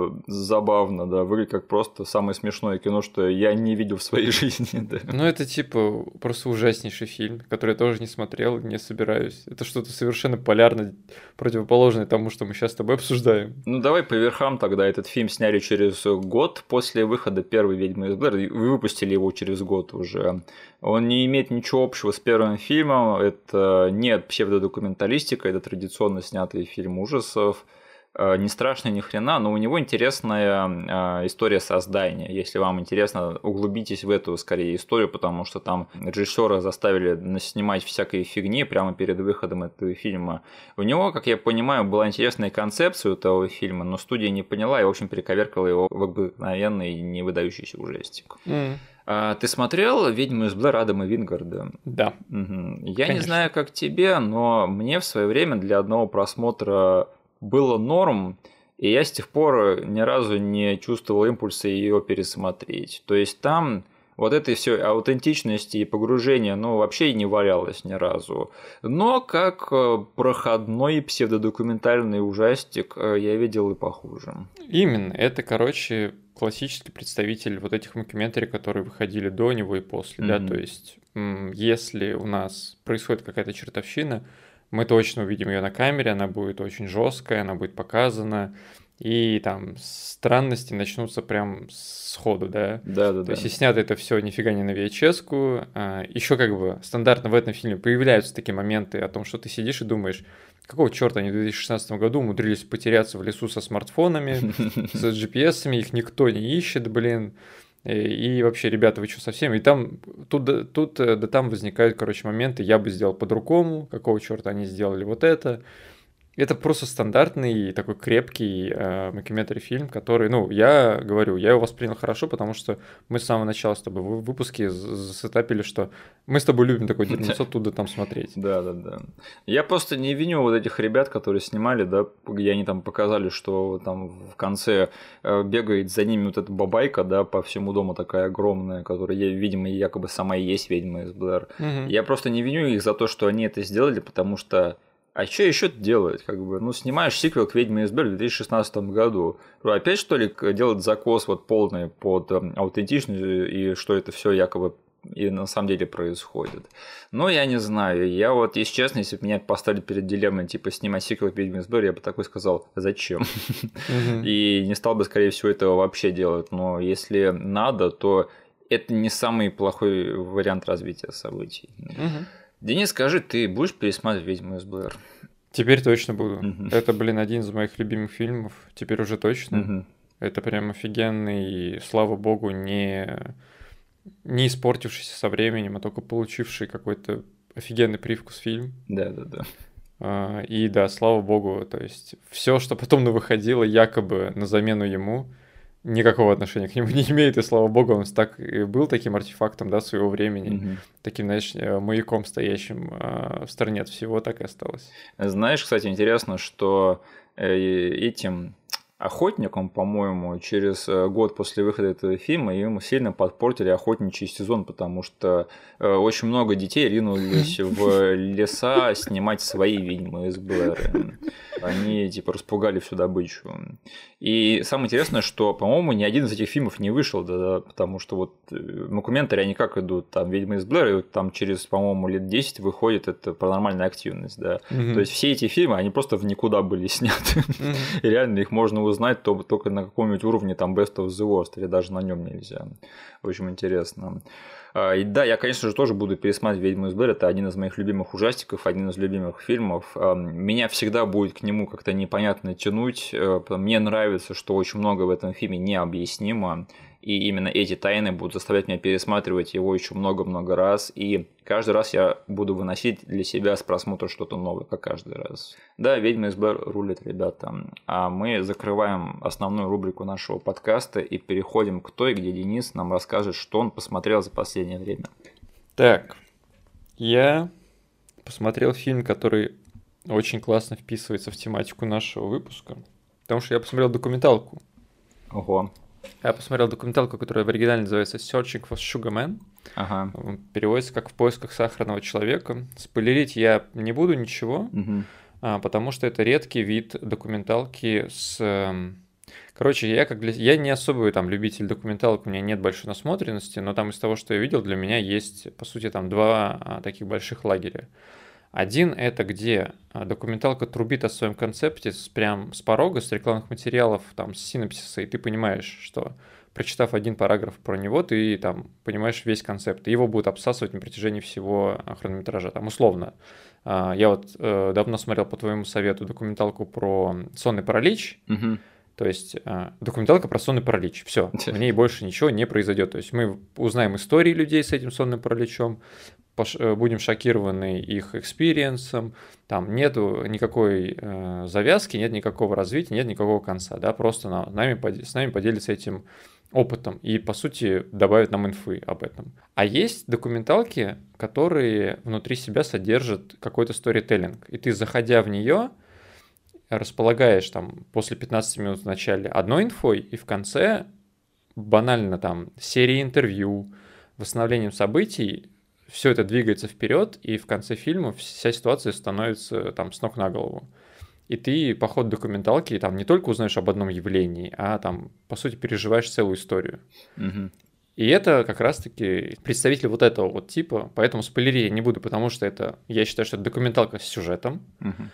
забавно, да, выглядит как просто самое смешное кино, что я не видел в своей жизни. Да. Ну, это типа просто ужаснейший фильм, который я тоже не смотрел, не собираюсь. Это что-то совершенно полярно противоположное тому, что мы сейчас с тобой обсуждаем. Ну, давай по верхам тогда. Этот фильм сняли через год после выхода первой «Ведьмы из Блэр», вы выпустили его через год уже. Он не имеет ничего общего с первым фильмом, это не псевдодокументалистика, это традиционно снятый фильм ужасов. Не страшно ни хрена, но у него интересная история создания. Если вам интересно, углубитесь в эту скорее историю, потому что там режиссера заставили снимать всякой фигни прямо перед выходом этого фильма. У него, как я понимаю, была интересная концепция этого фильма, но студия не поняла и, в общем, перековеркала его в обыкновенный, не выдающийся ужастик. Ты смотрел «Ведьму из Блэр» Адама Вингарда? Да. Я не знаю, как тебе, но мне в свое время для одного просмотра было норм, и я с тех пор ни разу не чувствовал импульса ее пересмотреть. То есть там вот этой все аутентичности и погружения, ну, вообще не валялось ни разу. Но как проходной псевдодокументальный ужастик я видел и похуже. Именно. Это, короче, классический представитель вот этих мокюментари, которые выходили до него и после. Да? То есть, если у нас происходит какая-то чертовщина, мы точно увидим ее на камере, она будет очень жесткая, она будет показана, и там странности начнутся прям сходу, да? Да. То есть, и снято это все нифига не на VHS-ку. Еще как бы стандартно в этом фильме появляются такие моменты о том, что ты сидишь и думаешь, какого черта они в 2016 году умудрились потеряться в лесу со смартфонами, с GPS-ами, их никто не ищет, блин. И вообще, ребята, вы что, совсем? И там, тут да там возникают, короче, моменты, я бы сделал по-другому, какого черта они сделали вот это. Это просто стандартный такой крепкий мокюментари фильм, который, ну, я говорю, я его воспринял хорошо, потому что мы с самого начала с тобой в выпуске засетапили, что мы с тобой любим такой дерьмецо оттуда там смотреть. Да. Я просто не виню вот этих ребят, которые снимали, да, где они там показали, что там в конце бегает за ними вот эта бабайка, да, по всему дому такая огромная, которая, видимо, якобы сама и есть ведьма из Блэр. Я просто не виню их за то, что они это сделали, потому что а что еще делать? Как бы, ну, снимаешь сиквел к «Ведьме из Блэр» в 2016 году. Опять, что ли, делать закос вот полный под аутентичность и что это все якобы и на самом деле происходит. Но я не знаю. Я вот, если честно, если бы меня поставили перед дилеммой, типа, снимать сиквел к «Ведьме из Блэр», я бы такой сказал, зачем? И не стал бы, скорее всего, этого вообще делать. Но если надо, то это не самый плохой вариант развития событий. Денис, скажи, ты будешь пересматривать «Ведьму из Блэр»? Теперь точно буду. Это, блин, один из моих любимых фильмов. Теперь уже точно. Это прям офигенный, слава богу, не испортившийся со временем, а только получивший какой-то офигенный привкус фильм. Да. И да, слава богу, то есть все, что потом выходило якобы на замену ему, никакого отношения к нему не имеет, и слава богу, он так и был таким артефактом, да, своего времени, таким, знаешь, маяком, стоящим в стороне от всего, так и осталось. Знаешь, кстати, интересно, что этим охотником, по-моему, через год после выхода этого фильма ему сильно подпортили охотничий сезон, потому что очень много детей ринулись в леса снимать свои ведьмы из Блэр. Они типа распугали всю добычу. И самое интересное, что, по-моему, ни один из этих фильмов не вышел, да, потому что вот документари, они как идут, там «Ведьмы из Блэр», и вот там через, по-моему, лет 10 выходит эта паранормальная активность, да. То есть все эти фильмы, они просто в никуда были сняты. И реально их можно узнать только на каком-нибудь уровне там Best of the Worst, или даже на нем нельзя. Очень интересно. И да, я, конечно же, тоже буду пересматривать «Ведьму из Блэр». Это один из моих любимых ужастиков, один из любимых фильмов. Меня всегда будет к нему как-то непонятно тянуть. Мне нравится, что очень много в этом фильме необъяснимо. И именно эти тайны будут заставлять меня пересматривать его еще много-много раз. И каждый раз я буду выносить для себя с просмотра что-то новое, как каждый раз. Да, «Ведьма из Блэр» рулит, ребята. А мы закрываем основную рубрику нашего подкаста и переходим к той, где Денис нам расскажет, что он посмотрел за последнее время. Так, я посмотрел фильм, который очень классно вписывается в тематику нашего выпуска, потому что я посмотрел документалку. Ого. Я посмотрел документалку, которая в оригинале называется Searching for Sugar Man. Ага. Переводится как «В поисках сахарного человека». Спойлерить я не буду ничего, потому что это редкий вид документалки с... Короче, я не особый там любитель документалок, у меня нет большой насмотренности, но там из того, что я видел, для меня есть, по сути, там два таких больших лагеря. Один — это где документалка трубит о своем концепте прям с порога, с рекламных материалов, там, с синопсиса, и ты понимаешь, что, прочитав один параграф про него, ты там понимаешь весь концепт, и его будут обсасывать на протяжении всего хронометража. Там, условно, я вот давно смотрел по твоему совету документалку про сонный паралич. То есть документалка про сонный паралич. Все, в ней больше ничего не произойдет. То есть мы узнаем истории людей с этим сонным параличом, будем шокированы их экспириенсом, там нету никакой завязки, нет никакого развития, нет никакого конца, да, просто с нами поделятся этим опытом и, по сути, добавят нам инфы об этом. А есть документалки, которые внутри себя содержат какой-то сторителлинг, и ты, заходя в нее, располагаешь там после 15 минут в начале одной инфой, и в конце банально там серии интервью, восстановлением событий, все это двигается вперед, и в конце фильма вся ситуация становится там с ног на голову. И ты по ходу документалки там не только узнаешь об одном явлении, а там, по сути, переживаешь целую историю. И это как раз-таки представители вот этого вот типа, поэтому спойлерить я не буду, потому что я считаю, что это документалка с сюжетом,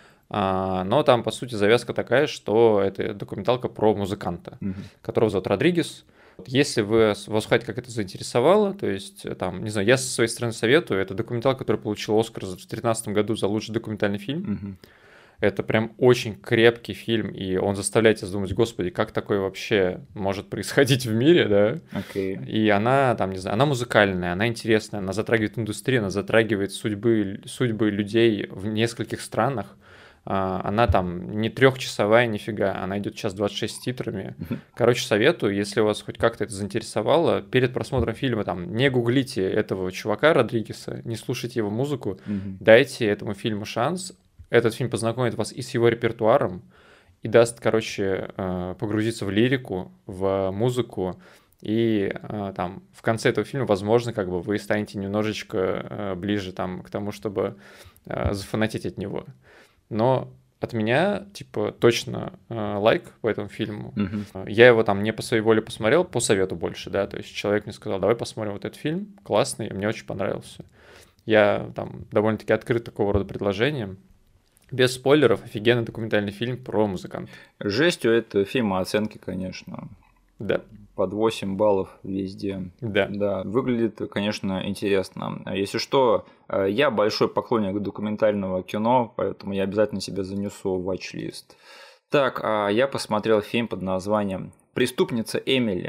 но там, по сути, завязка такая, что это документалка про музыканта, которого зовут Родригес. Если вас хоть как это заинтересовало, то есть, там, не знаю, я со своей стороны советую, это документалка, которая получила Оскар в 2013 году за лучший документальный фильм. Это прям очень крепкий фильм, и он заставляет тебя думать, господи, как такое вообще может происходить в мире, да? И она, там, не знаю, она музыкальная, она интересная, она затрагивает индустрию, она затрагивает судьбы людей в нескольких странах. Она там не 3-часовая нифига, она идет 1:26 с титрами. Короче, советую, если вас хоть как-то это заинтересовало, перед просмотром фильма там не гуглите этого чувака Родригеса, не слушайте его музыку, дайте этому фильму шанс. Этот фильм познакомит вас и с его репертуаром, и даст, короче, погрузиться в лирику, в музыку, и там в конце этого фильма, возможно, как бы вы станете немножечко ближе там к тому, чтобы зафанатеть от него. Но от меня, типа, точно лайк по этому фильму. Я его там не по своей воле посмотрел, по совету больше, да, то есть человек мне сказал, давай посмотрим вот этот фильм, классный, и мне очень понравился. Я там довольно-таки открыт такого рода предложениям. Без спойлеров, офигенный документальный фильм про музыканта. Жестью это фильм оценки, конечно. Да. Под 8 баллов везде. Да. Выглядит, конечно, интересно. Если что, я большой поклонник документального кино, поэтому я обязательно себе занесу в watch-лист. Так, я посмотрел фильм под названием «Преступница Эмили»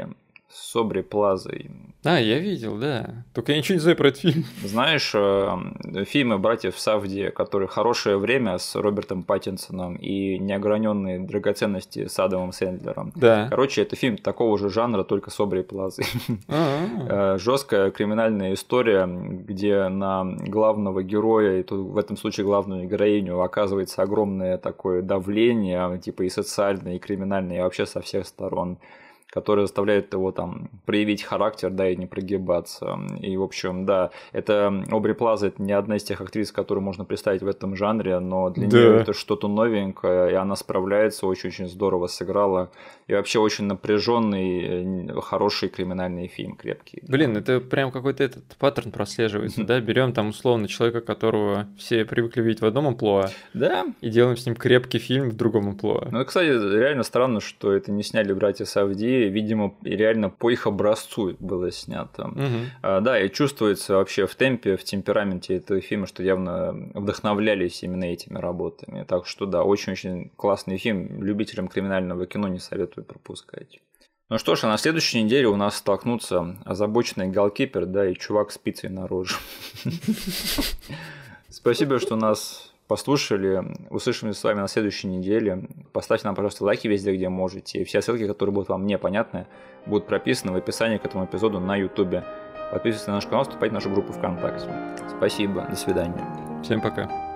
с Обри Плазой. Я видел, да. Только я ничего не знаю про этот фильм. Знаешь, фильмы братьев Сафдии, которые «Хорошее время» с Робертом Паттинсоном и «Неограненные драгоценности» с Адамом Сэндлером. Да. Короче, это фильм такого же жанра, только с Обри Плазой. Жесткая криминальная история, где на главного героя, и в этом случае главную героиню, оказывается огромное такое давление, типа и социальное, и криминальное, и вообще со всех сторон, который заставляет его там проявить характер, да, и не прогибаться. И, в общем, да, это Обри Плаза, это не одна из тех актрис, которую можно представить в этом жанре, но для нее это что-то новенькое, и она справляется, очень-очень здорово сыграла. И вообще очень напряженный, хороший криминальный фильм, крепкий. Блин, это прям какой-то этот паттерн прослеживается, да? Берем там условно человека, которого все привыкли видеть в одном амплуа, да, и делаем с ним крепкий фильм в другом амплуа. Ну, кстати, реально странно, что это не сняли братья Сафдии, видимо, реально по их образцу было снято. Да, и чувствуется вообще в темпе, в темпераменте этого фильма, что явно вдохновлялись именно этими работами. Так что да, очень-очень классный фильм. Любителям криминального кино не советую пропускать. Ну что ж, а на следующей неделе у нас столкнутся озабоченный голкипер, да, и чувак с пиццей на роже. Спасибо, что нас послушали. Услышимся с вами на следующей неделе. Поставьте нам, пожалуйста, лайки везде, где можете. И все ссылки, которые будут вам непонятны, будут прописаны в описании к этому эпизоду на YouTube. Подписывайтесь на наш канал, вступайте в нашу группу ВКонтакте. Спасибо, до свидания. Всем пока.